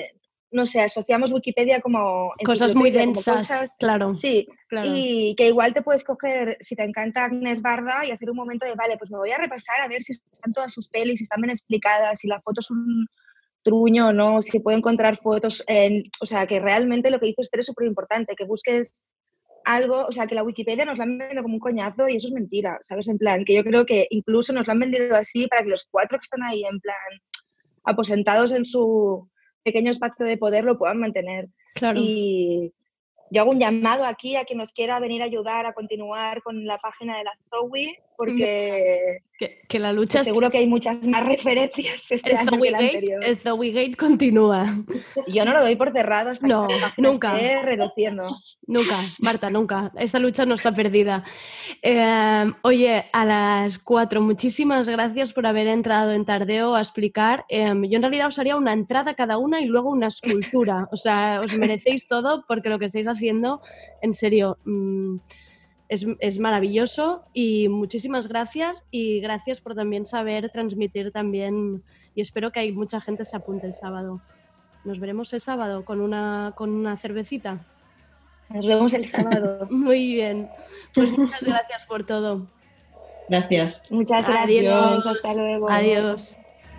no sé, asociamos Wikipedia como cosas muy enciclopedia, como densas, cosas, claro. sí, claro. y que igual te puedes coger, si te encanta Agnès Varda, y hacer un momento de, vale, pues me voy a repasar a ver si están todas sus pelis, si están bien explicadas, si la foto es un truño o no, si puedo encontrar fotos, o sea, que realmente lo que dice Esther es súper importante, que busques algo, o sea, que la Wikipedia nos la han vendido como un coñazo y eso es mentira, ¿sabes? En plan, que yo creo que incluso nos la han vendido así para que los 4 que están ahí, en plan, aposentados en su pequeño espacio de poder, lo puedan mantener. Claro. Y yo hago un llamado aquí a quien nos quiera venir a ayudar a continuar con la página de la Zoe, porque que la lucha seguro que hay muchas más referencias este año que el anterior. El Zoegate continúa. Yo no lo doy por cerrado hasta que la página nunca. esté reluciendo. Nunca, Marta, nunca. Esta lucha no está perdida. Oye, a las 4, muchísimas gracias por haber entrado en Tardeo a explicar. Yo en realidad os haría una entrada cada una y luego una escultura. O sea, os merecéis todo porque lo que estáis haciendo, en serio, es maravilloso y muchísimas gracias y gracias por también saber transmitir también y espero que hay mucha gente se apunte el sábado. Nos veremos el sábado con una cervecita. Nos vemos el sábado. Muy bien. Pues muchas gracias por todo. Gracias. Muchas gracias. Adiós. Hasta luego. Adiós.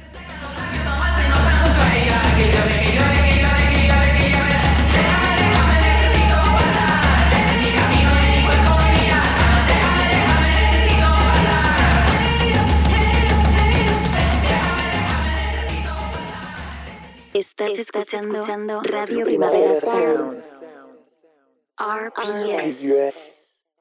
Estás escuchando Radio Primavera Sound. RPS.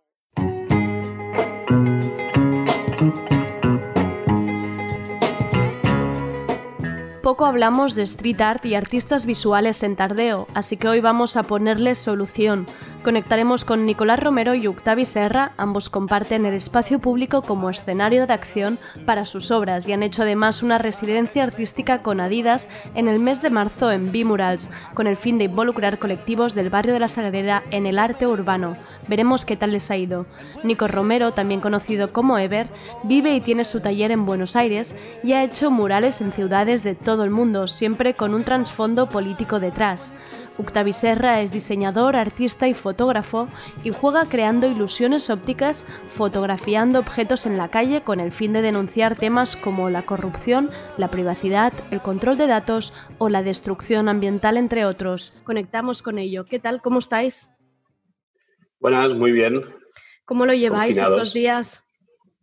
Poco hablamos de street art y artistas visuales en Tardeo, así que hoy vamos a ponerles solución. Conectaremos con Nicolás Romero y Octavi Serra, ambos comparten el espacio público como escenario de acción para sus obras y han hecho además una residencia artística con Adidas en el mes de marzo en Bimurals, con el fin de involucrar colectivos del barrio de la Sagrera en el arte urbano. Veremos qué tal les ha ido. Nico Romero, también conocido como Ever, vive y tiene su taller en Buenos Aires y ha hecho murales en ciudades de todo el mundo, siempre con un trasfondo político detrás. Octavi Serra es diseñador, artista y fotógrafo y juega creando ilusiones ópticas, fotografiando objetos en la calle con el fin de denunciar temas como la corrupción, la privacidad, el control de datos o la destrucción ambiental, entre otros. Conectamos con ello. ¿Qué tal? ¿Cómo estáis? Buenas, muy bien. ¿Cómo lo lleváis Confinados. estos días?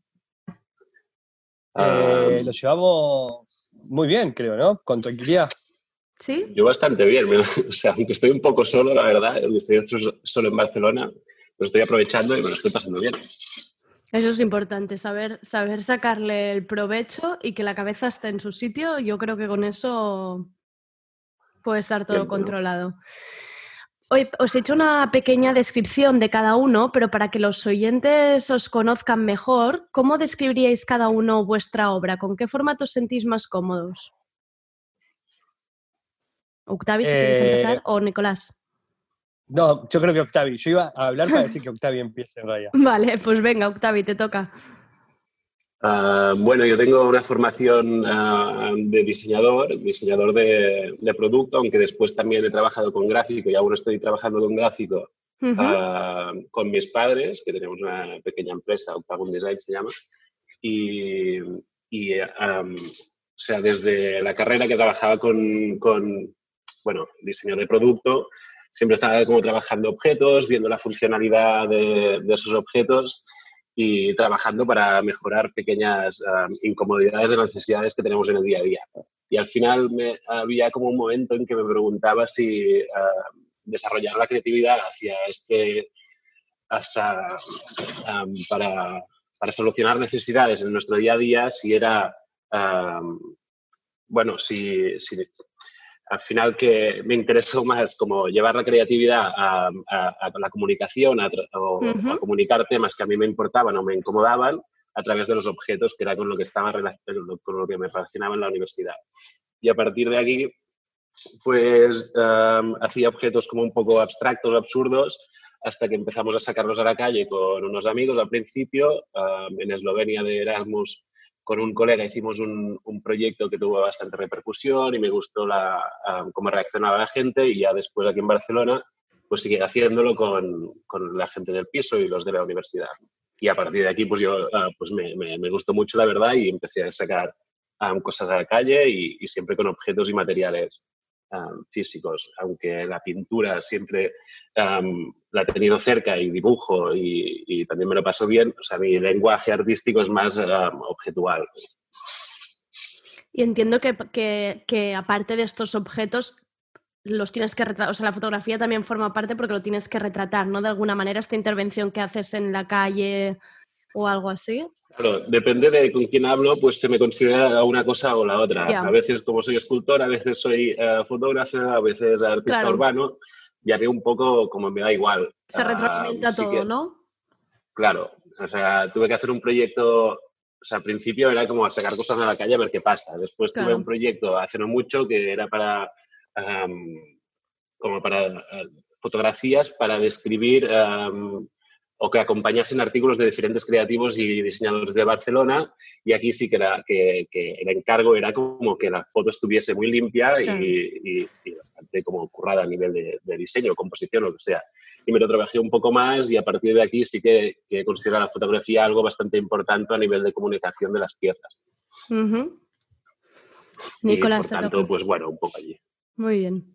Lo llevamos muy bien, creo, ¿no? Con tranquilidad. ¿Sí? Yo bastante bien, o sea, aunque estoy un poco solo, la verdad, estoy solo en Barcelona, lo estoy aprovechando y me lo estoy pasando bien. Eso es importante, saber sacarle el provecho y que la cabeza esté en su sitio. Yo creo que con eso puede estar todo Bien, controlado. Hoy os he hecho una pequeña descripción de cada uno, pero para que los oyentes os conozcan mejor, ¿cómo describiríais cada uno vuestra obra? ¿Con qué formato os sentís más cómodos? Octavi, si quieres empezar, o Nicolás. No, yo creo que Octavi. Yo iba a hablar para decir que Octavi empiece en realidad. Vale, pues venga, Octavi, te toca. Bueno, yo tengo una formación de diseñador de producto, aunque después también he trabajado con gráfico y aún estoy trabajando con gráfico con mis padres, que tenemos una pequeña empresa, Octagon Design se llama, o sea, desde la carrera que trabajaba con diseño de producto, siempre estaba como trabajando objetos, viendo la funcionalidad de esos objetos y trabajando para mejorar pequeñas incomodidades de necesidades que tenemos en el día a día. Y al final había como un momento en que me preguntaba si desarrollar la creatividad para solucionar necesidades en nuestro día a día, si era, si al final que me interesó más como llevar la creatividad a la comunicación, a comunicar temas que a mí me importaban o me incomodaban a través de los objetos, que era con lo que con lo que me relacionaba en la universidad. Y a partir de aquí, pues hacía objetos como un poco abstractos, absurdos, hasta que empezamos a sacarlos a la calle con unos amigos al principio, en Eslovenia de Erasmus con un colega hicimos un proyecto que tuvo bastante repercusión y me gustó cómo reaccionaba la gente, y ya después aquí en Barcelona pues seguí haciéndolo con la gente del piso y los de la universidad. Y a partir de aquí pues yo pues me gustó mucho, la verdad, y empecé a sacar cosas a la calle y siempre con objetos y materiales físicos, aunque la pintura siempre la he tenido cerca y dibujo y también me lo paso bien. O sea, mi lenguaje artístico es más objetual. Y entiendo que aparte de estos objetos los tienes que retratar, o sea, la fotografía también forma parte porque lo tienes que retratar, ¿no? De alguna manera, esta intervención que haces en la calle o algo así. Claro, depende de con quién hablo, pues se me considera una cosa o la otra. Yeah. A veces, como soy escultor, a veces soy fotógrafo, a veces artista urbano, y a mí un poco como me da igual. Se retroalimenta todo, ¿no? Claro, o sea, tuve que hacer un proyecto, o sea, al principio era como sacar cosas a la calle a ver qué pasa. Después tuve un proyecto hace no mucho que era para fotografías para describir o que acompañasen artículos de diferentes creativos y diseñadores de Barcelona, y aquí sí que el encargo era como que la foto estuviese muy limpia y bastante como currada a nivel de diseño, composición, lo que sea. Y me lo trabajé un poco más, y a partir de aquí sí que considero la fotografía algo bastante importante a nivel de comunicación de las piezas. Nicolás, y por tanto, pues bueno, un poco allí. Muy bien.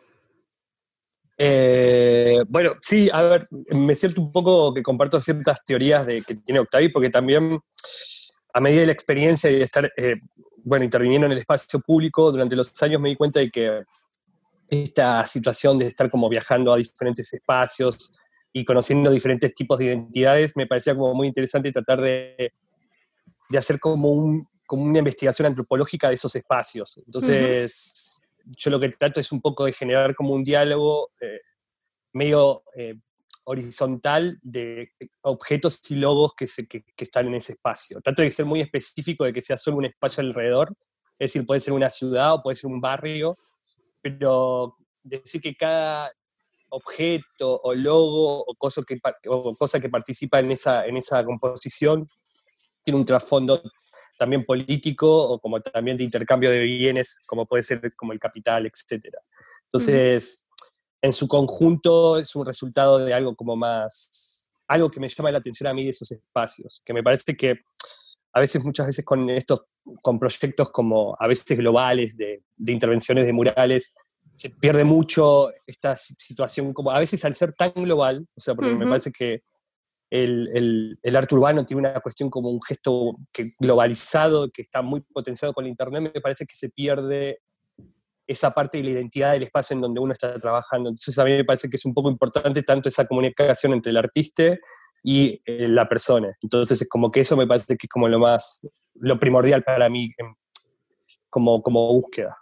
Bueno, sí, a ver, me siento un poco que comparto ciertas teorías que tiene Octavi, porque también a medida de la experiencia y de estar, interviniendo en el espacio público durante los años, me di cuenta de que esta situación de estar como viajando a diferentes espacios y conociendo diferentes tipos de identidades me parecía como muy interesante tratar de hacer como una investigación antropológica de esos espacios. Entonces, yo lo que trato es un poco de generar como un diálogo medio horizontal de objetos y logos que están en ese espacio. Trato de ser muy específico, de que sea solo un espacio alrededor, es decir, puede ser una ciudad o puede ser un barrio, pero decir que cada objeto o logo o cosa que participa en esa composición tiene un trasfondo también político o como también de intercambio de bienes, como puede ser como el capital, etc. Entonces, en su conjunto es un resultado de algo como más, algo que me llama la atención a mí de esos espacios, que me parece que muchas veces con proyectos como a veces globales de intervenciones de murales, se pierde mucho esta situación, como a veces al ser tan global, o sea, porque me parece que el arte urbano tiene una cuestión como un gesto globalizado, que está muy potenciado con la internet, me parece que se pierde esa parte de la identidad del espacio en donde uno está trabajando. Entonces a mí me parece que es un poco importante tanto esa comunicación entre el artista y la persona. Entonces es como que eso me parece que es como lo primordial para mí como búsqueda.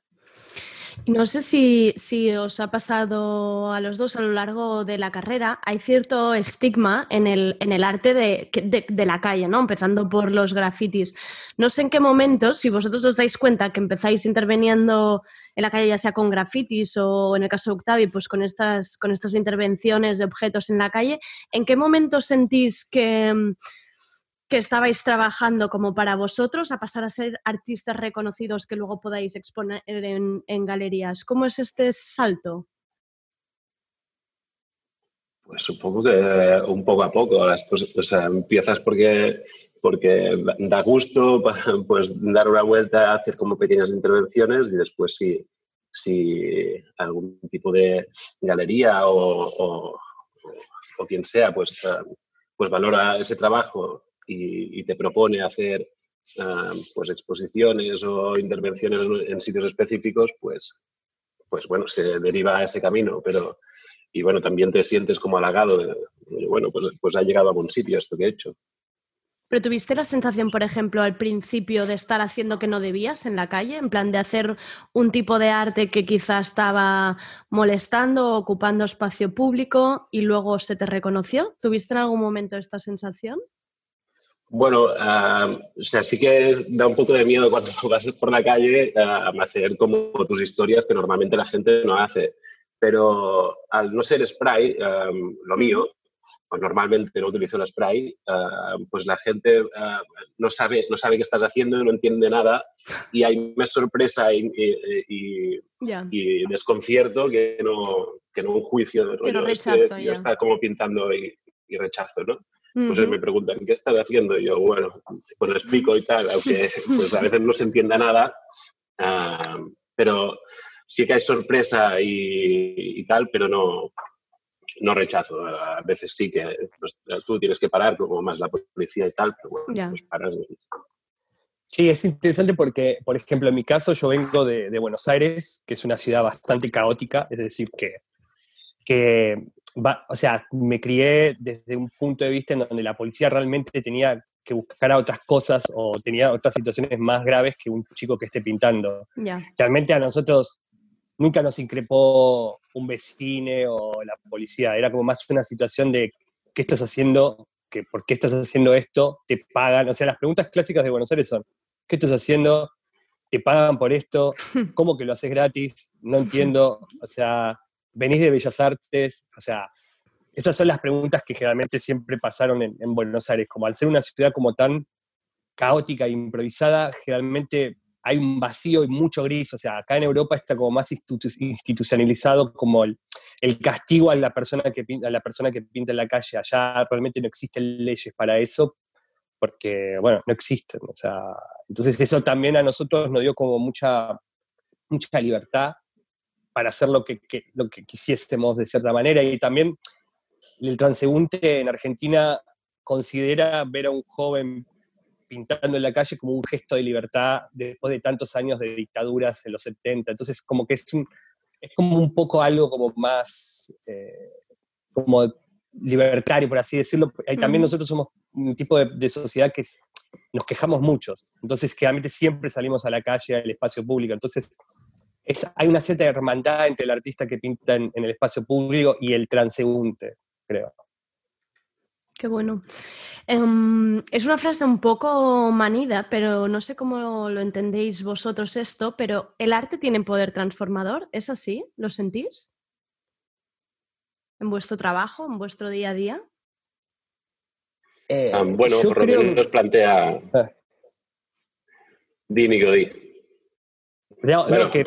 No sé si os ha pasado a los dos a lo largo de la carrera, hay cierto estigma en el arte de la calle, ¿no? Empezando por los grafitis. No sé en qué momento, si vosotros os dais cuenta que empezáis interviniendo en la calle, ya sea con grafitis o en el caso de Octavi, pues con estas intervenciones de objetos en la calle, ¿en qué momento sentís que estabais trabajando como para vosotros a pasar a ser artistas reconocidos que luego podáis exponer en galerías? ¿Cómo es este salto? Pues supongo que un poco a poco. O sea, empiezas porque da gusto pues dar una vuelta, hacer como pequeñas intervenciones, y después si algún tipo de galería o quien sea pues valora ese trabajo y te propone hacer pues exposiciones o intervenciones en sitios específicos, pues bueno, se deriva a ese camino, y bueno, también te sientes como halagado de bueno, pues ha llegado a buen sitio esto que he hecho. ¿Pero tuviste la sensación, por ejemplo, al principio de estar haciendo que no debías en la calle? En plan de hacer un tipo de arte que quizás estaba molestando o ocupando espacio público y luego se te reconoció. ¿Tuviste en algún momento esta sensación? Bueno, o sea, sí que da un poco de miedo cuando vas por la calle a hacer como tus historias que normalmente la gente no hace. Pero al no ser spray, lo mío, pues normalmente no utilizo el spray, pues la gente no sabe qué estás haciendo, no entiende nada y hay más sorpresa y desconcierto que no un juicio de rollo. rechazo, tío está como pintando y rechazo, ¿no? Pues me preguntan, ¿qué estás haciendo? Y yo, bueno, pues lo explico y tal, aunque pues a veces no se entienda nada, pero sí que hay sorpresa y tal, pero no rechazo. A veces sí que pues, tú tienes que parar, como más la policía y tal, pero bueno, pues paras. Sí, es interesante porque, por ejemplo, en mi caso yo vengo de Buenos Aires, que es una ciudad bastante caótica, es decir, o sea, me crié desde un punto de vista en donde la policía realmente tenía que buscar a otras cosas o tenía otras situaciones más graves que un chico que esté pintando. Realmente a nosotros nunca nos increpó un vecino o la policía, era como más una situación de ¿qué estás haciendo? ¿Por qué estás haciendo esto? ¿Te pagan? O sea, las preguntas clásicas de Buenos Aires son ¿qué estás haciendo? ¿Te pagan por esto? ¿Cómo que lo haces gratis? No entiendo. O sea, venís de Bellas Artes, o sea, esas son las preguntas que generalmente siempre pasaron en Buenos Aires, como al ser una ciudad como tan caótica e improvisada, generalmente hay un vacío y mucho gris, o sea, acá en Europa está como más institucionalizado como el castigo a la persona que pinta en la calle, allá realmente no existen leyes para eso, porque, bueno, no existen, o sea, entonces eso también a nosotros nos dio como mucha libertad para hacer lo que quisiésemos de cierta manera, y también el transeúnte en Argentina considera ver a un joven pintando en la calle como un gesto de libertad después de tantos años de dictaduras en los 70, entonces como que es como un poco algo como más como libertario, por así decirlo. Y también nosotros somos un tipo de sociedad que nos quejamos mucho, entonces generalmente siempre salimos a la calle, al espacio público, entonces hay una cierta hermandad entre el artista que pinta en el espacio público y el transeúnte, creo. Qué bueno. Es una frase un poco manida, pero no sé cómo lo entendéis vosotros esto, pero ¿el arte tiene poder transformador? ¿Es así? ¿Lo sentís? ¿En vuestro trabajo, en vuestro día a día? Bueno, por lo menos nos plantea... Di, Nico, di. Bueno, que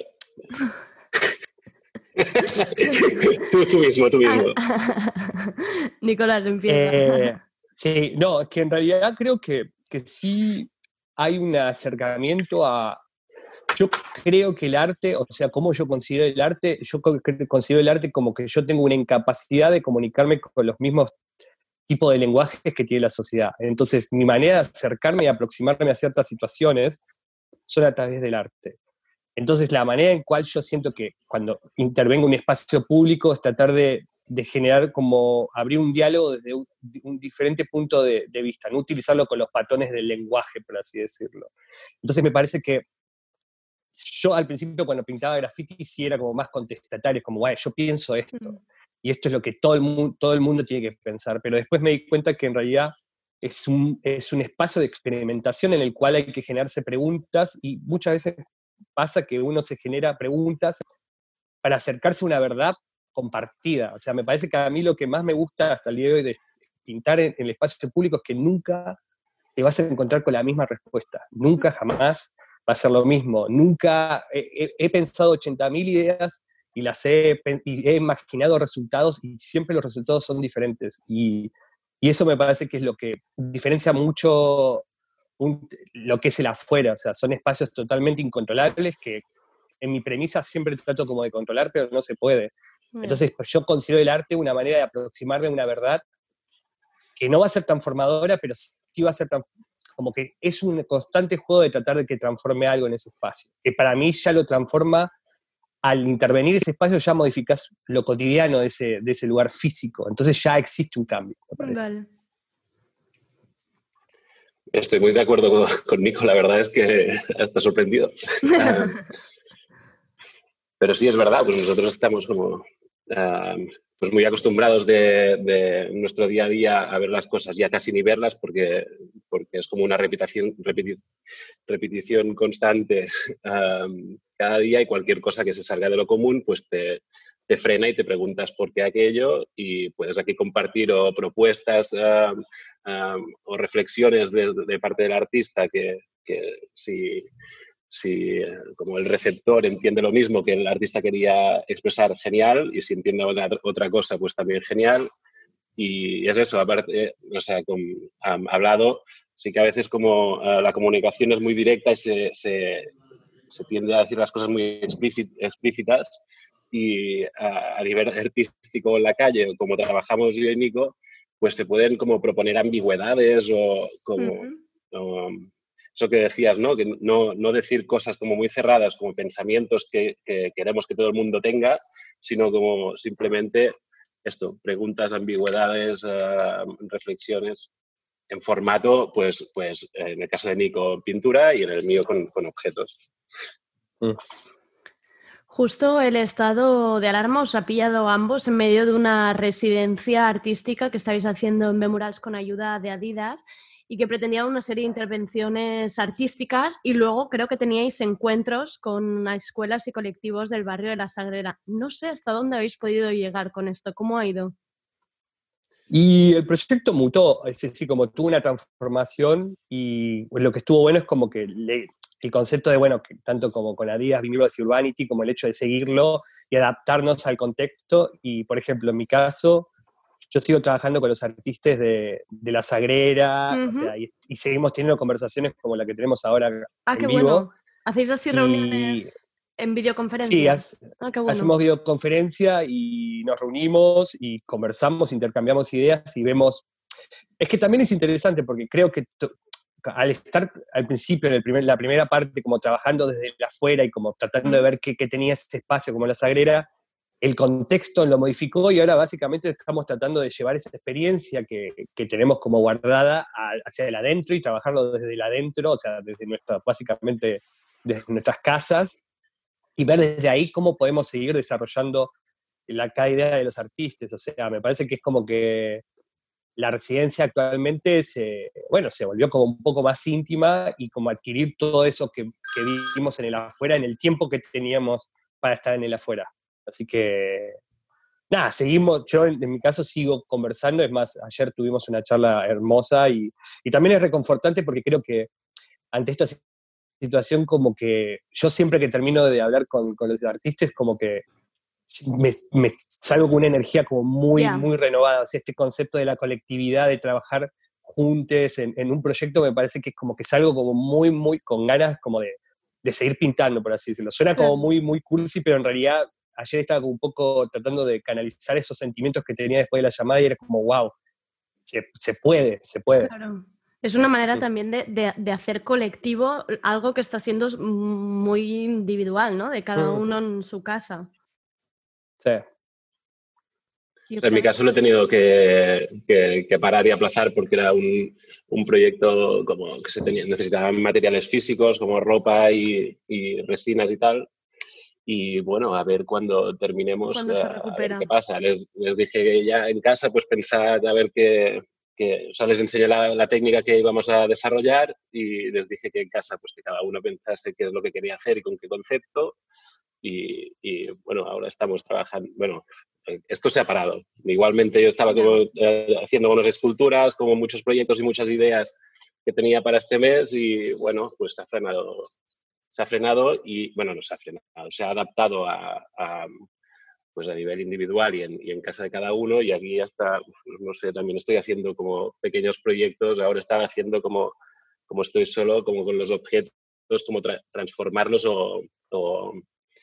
tú mismo. Nicolás, empieza. Sí, no, que en realidad creo que sí hay un acercamiento a... Yo creo que el arte, o sea, cómo yo considero el arte, yo considero el arte como que yo tengo una incapacidad de comunicarme con los mismos tipos de lenguajes que tiene la sociedad. Entonces, mi manera de acercarme y aproximarme a ciertas situaciones son a través del arte. Entonces, la manera en cual yo siento que cuando intervengo en un espacio público es tratar de generar como abrir un diálogo desde un diferente punto de vista, no utilizarlo con los patrones del lenguaje, por así decirlo. Entonces, me parece que yo al principio cuando pintaba graffiti sí era como más contestatario, como, bueno, yo pienso esto, y esto es lo que todo el mundo tiene que pensar, pero después me di cuenta que en realidad es un espacio de experimentación en el cual hay que generarse preguntas, y muchas veces pasa que uno se genera preguntas para acercarse a una verdad compartida. O sea, me parece que a mí lo que más me gusta hasta el día de hoy de pintar en el espacio público es que nunca te vas a encontrar con la misma respuesta, nunca jamás va a ser lo mismo, nunca he pensado 80.000 ideas y he imaginado resultados y siempre los resultados son diferentes, y eso me parece que es lo que diferencia mucho lo que es el afuera. O sea, son espacios totalmente incontrolables que en mi premisa siempre trato como de controlar, pero no se puede. Entonces, pues yo considero el arte una manera de aproximarme a una verdad que no va a ser transformadora, pero sí va a ser como que es un constante juego de tratar de que transforme algo en ese espacio, que para mí ya lo transforma. Al intervenir ese espacio ya modificás lo cotidiano de ese lugar físico, entonces ya existe un cambio, me parece. Vale. Estoy muy de acuerdo con Nico, la verdad es que hasta sorprendido. Pero sí, es verdad, pues nosotros estamos como pues muy acostumbrados de nuestro día a día a ver las cosas, ya casi ni verlas, porque es como una repetición constante cada día, y cualquier cosa que se salga de lo común pues te te frena y te preguntas por qué aquello, y puedes aquí compartir o propuestas o reflexiones de parte del artista que si como el receptor entiende lo mismo que el artista quería expresar, genial, y si entiende otra cosa, pues también genial. Y es eso, aparte, o sea, hablado, sí que a veces como la comunicación es muy directa y se tiende a decir las cosas muy explícitas, y a nivel artístico en la calle, como trabajamos yo y Nico, pues se pueden como proponer ambigüedades o como... eso que decías, ¿no? Que no decir cosas como muy cerradas, como pensamientos que queremos que todo el mundo tenga, sino como simplemente esto, preguntas, ambigüedades, reflexiones en formato, pues en el caso de Nico, pintura, y en el mío con objetos. Justo el estado de alarma os ha pillado a ambos en medio de una residencia artística que estáis haciendo en Bemurals con ayuda de Adidas y que pretendía una serie de intervenciones artísticas, y luego creo que teníais encuentros con escuelas y colectivos del barrio de La Sagrera. No sé hasta dónde habéis podido llegar con esto. ¿Cómo ha ido? Y el proyecto mutó, es decir, como tuvo una transformación, y pues, lo que estuvo bueno es como que el concepto de, bueno, que tanto como con Adidas, Vinylbars y Urbanity, como el hecho de seguirlo y adaptarnos al contexto. Y, por ejemplo, en mi caso, yo sigo trabajando con los artistas de La Sagrera, o sea, y seguimos teniendo conversaciones como la que tenemos ahora en qué vivo. Bueno. ¿Hacéis así reuniones en videoconferencia? Sí, qué bueno. Hacemos videoconferencia y nos reunimos y conversamos, intercambiamos ideas y vemos... Es que también es interesante porque creo que al estar al principio, en la primera parte, como trabajando desde afuera y como tratando de ver qué tenía ese espacio como La Sagrera, el contexto lo modificó, y ahora básicamente estamos tratando de llevar esa experiencia que tenemos como guardada hacia el adentro y trabajarlo desde el adentro, o sea, básicamente desde nuestras casas, y ver desde ahí cómo podemos seguir desarrollando cada idea de los artistas. O sea, me parece que es como que la residencia actualmente se volvió como un poco más íntima, y como adquirir todo eso que vivimos en el afuera en el tiempo que teníamos para estar en el afuera. Así que, nada, seguimos, yo en mi caso sigo conversando, es más, ayer tuvimos una charla hermosa, y también es reconfortante porque creo que ante esta situación, como que yo siempre que termino de hablar con los artistas, como que me salgo con una energía como muy renovada. O sea, este concepto de la colectividad, de trabajar juntos en un proyecto, me parece que es como que salgo como muy con ganas como de seguir pintando, por así decirlo. Suena como muy cursi, pero en realidad ayer estaba como un poco tratando de canalizar esos sentimientos que tenía después de la llamada, y era como, wow, se puede. Claro. Es una manera también de hacer colectivo algo que está siendo muy individual, ¿no? De cada uno en su casa. Sí. O sea, en mi caso lo he tenido que parar y aplazar porque era un proyecto como que necesitaban materiales físicos como ropa y resinas y tal. Y bueno, a ver cuando terminemos, a ver qué pasa. Les dije que ya en casa, pues pensad a ver o sea, les enseñé la técnica que íbamos a desarrollar, y les dije que en casa, pues que cada uno pensase qué es lo que quería hacer y con qué concepto. Y bueno, ahora estamos trabajando. Bueno, esto se ha parado. Igualmente yo estaba como haciendo unas esculturas, como muchos proyectos y muchas ideas que tenía para este mes, y bueno, pues se ha frenado y, bueno, no se ha frenado, se ha adaptado pues a nivel individual y en casa de cada uno, y aquí hasta, no sé, también estoy haciendo como pequeños proyectos. Ahora estaba haciendo como estoy solo, como con los objetos, como transformarlos o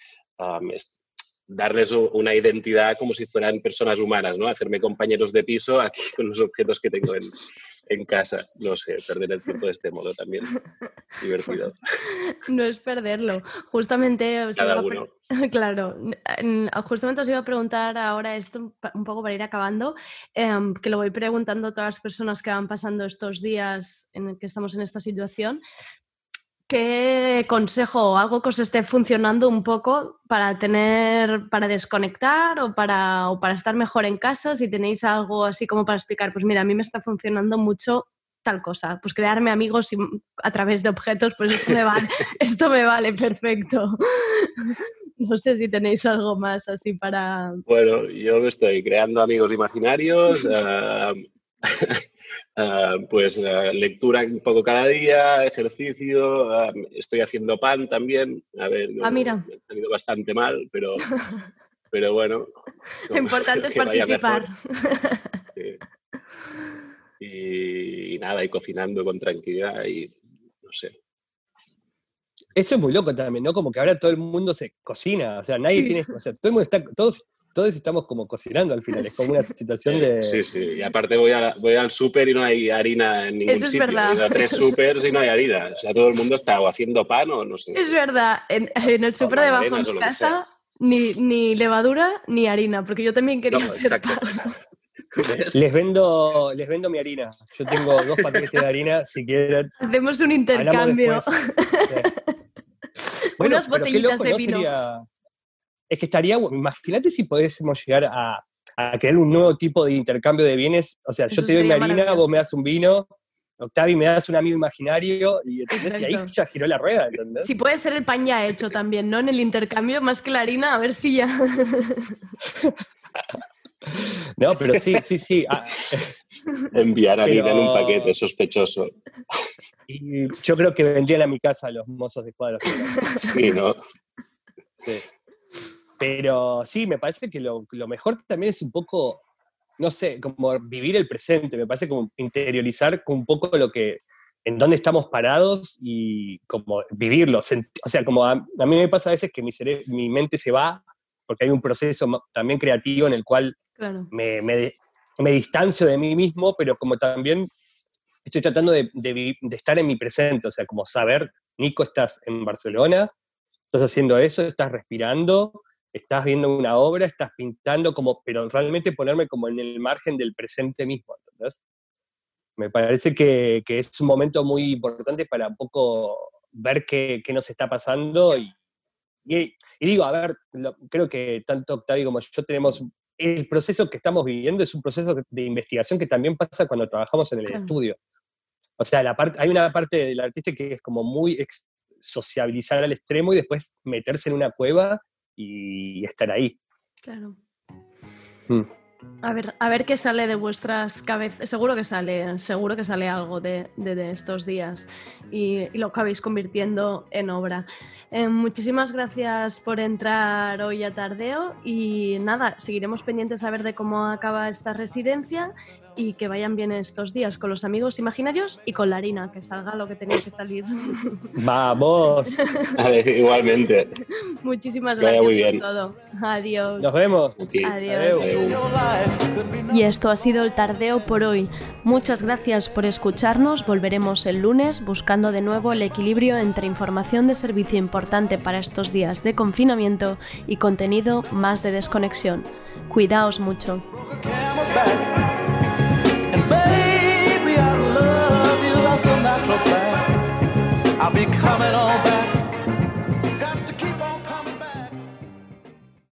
darles una identidad como si fueran personas humanas, ¿no? Hacerme compañeros de piso aquí con los objetos que tengo en casa. No sé, perder el tiempo de este modo también. Divertido. No es perderlo. Justamente claro, justamente os iba a preguntar ahora esto un poco para ir acabando, que lo voy preguntando a todas las personas que van pasando estos días en el que estamos en esta situación. ¿Qué consejo o algo que os esté funcionando un poco para desconectar o para estar mejor en casa? Si tenéis algo así como para explicar, pues mira, a mí me está funcionando mucho tal cosa, pues crearme amigos a través de objetos, pues esto me vale perfecto. No sé si tenéis algo más así para... Bueno, yo me estoy creando amigos imaginarios, lectura un poco cada día, ejercicio, estoy haciendo pan también. A ver, mira. Me ha salido bastante mal, pero bueno. Lo importante es participar. Sí. Y nada, y cocinando con tranquilidad y no sé. Eso es muy loco también, ¿no? Como que ahora todo el mundo se cocina, o sea, nadie tiene, o sea, todo el mundo está, todos estamos como cocinando al final, es como una situación de... Sí, y aparte voy al súper y no hay harina en ningún Eso es sitio. verdad. He ido a 3 súpers y no hay harina, o sea, todo el mundo está o haciendo pan o no sé. Es verdad, en el súper debajo de mi casa ni levadura ni harina, porque yo también quería hacer pan. Les vendo mi harina. Yo tengo 2 paquetes de harina, si quieren. Hacemos un intercambio. Sí. Bueno, unas botellitas de vino. Es que estaría bueno. Imagínate si pudiésemos llegar a crear un nuevo tipo de intercambio de bienes. O sea, yo te doy mi harina, vos me das un vino, Octavi me das un amigo imaginario, y ¿entendés? Y ahí ya giró la rueda, ¿entendés? Si puede ser el pan ya hecho también, ¿no? En el intercambio, más que la harina, a ver si ya... No, pero sí. Enviar harina en un paquete sospechoso. Y yo creo que vendrían a mi casa los mozos de cuadra. Sí, ¿no? Sí. Pero sí, me parece que lo mejor también es un poco, no sé, como vivir el presente. Me parece como interiorizar un poco en dónde estamos parados y como vivirlo. O sea, como a mí me pasa a veces que mi mente se va porque hay un proceso también creativo en el cual me distancio de mí mismo, pero como también estoy tratando de estar en mi presente, o sea, como saber, Nico, estás en Barcelona, estás haciendo eso, estás respirando, estás viendo una obra, estás pintando, pero realmente ponerme como en el margen del presente mismo, ¿entendés? Me parece que es un momento muy importante para un poco ver qué nos está pasando y digo, a ver, creo que tanto Octavi como yo tenemos... El proceso que estamos viviendo es un proceso de investigación que también pasa cuando trabajamos en el estudio. O sea, hay una parte del artista que es como muy sociabilizar al extremo y después meterse en una cueva y estar ahí. Claro. A ver qué sale de vuestras cabezas. Seguro que sale algo de estos días y lo acabéis convirtiendo en obra. Muchísimas gracias por entrar hoy a Tardeo y nada, seguiremos pendientes a ver de cómo acaba esta residencia y que vayan bien estos días con los amigos imaginarios y con la harina, que salga lo que tenga que salir. ¡Vamos! Vale, igualmente. Muchísimas gracias por todo. Adiós. Nos vemos. Adiós. Y esto ha sido el Tardeo por hoy. Muchas gracias por escucharnos. Volveremos el lunes buscando de nuevo el equilibrio entre información de servicio importante para estos días de confinamiento y contenido más de desconexión. Cuidaos mucho. I'll be coming on back.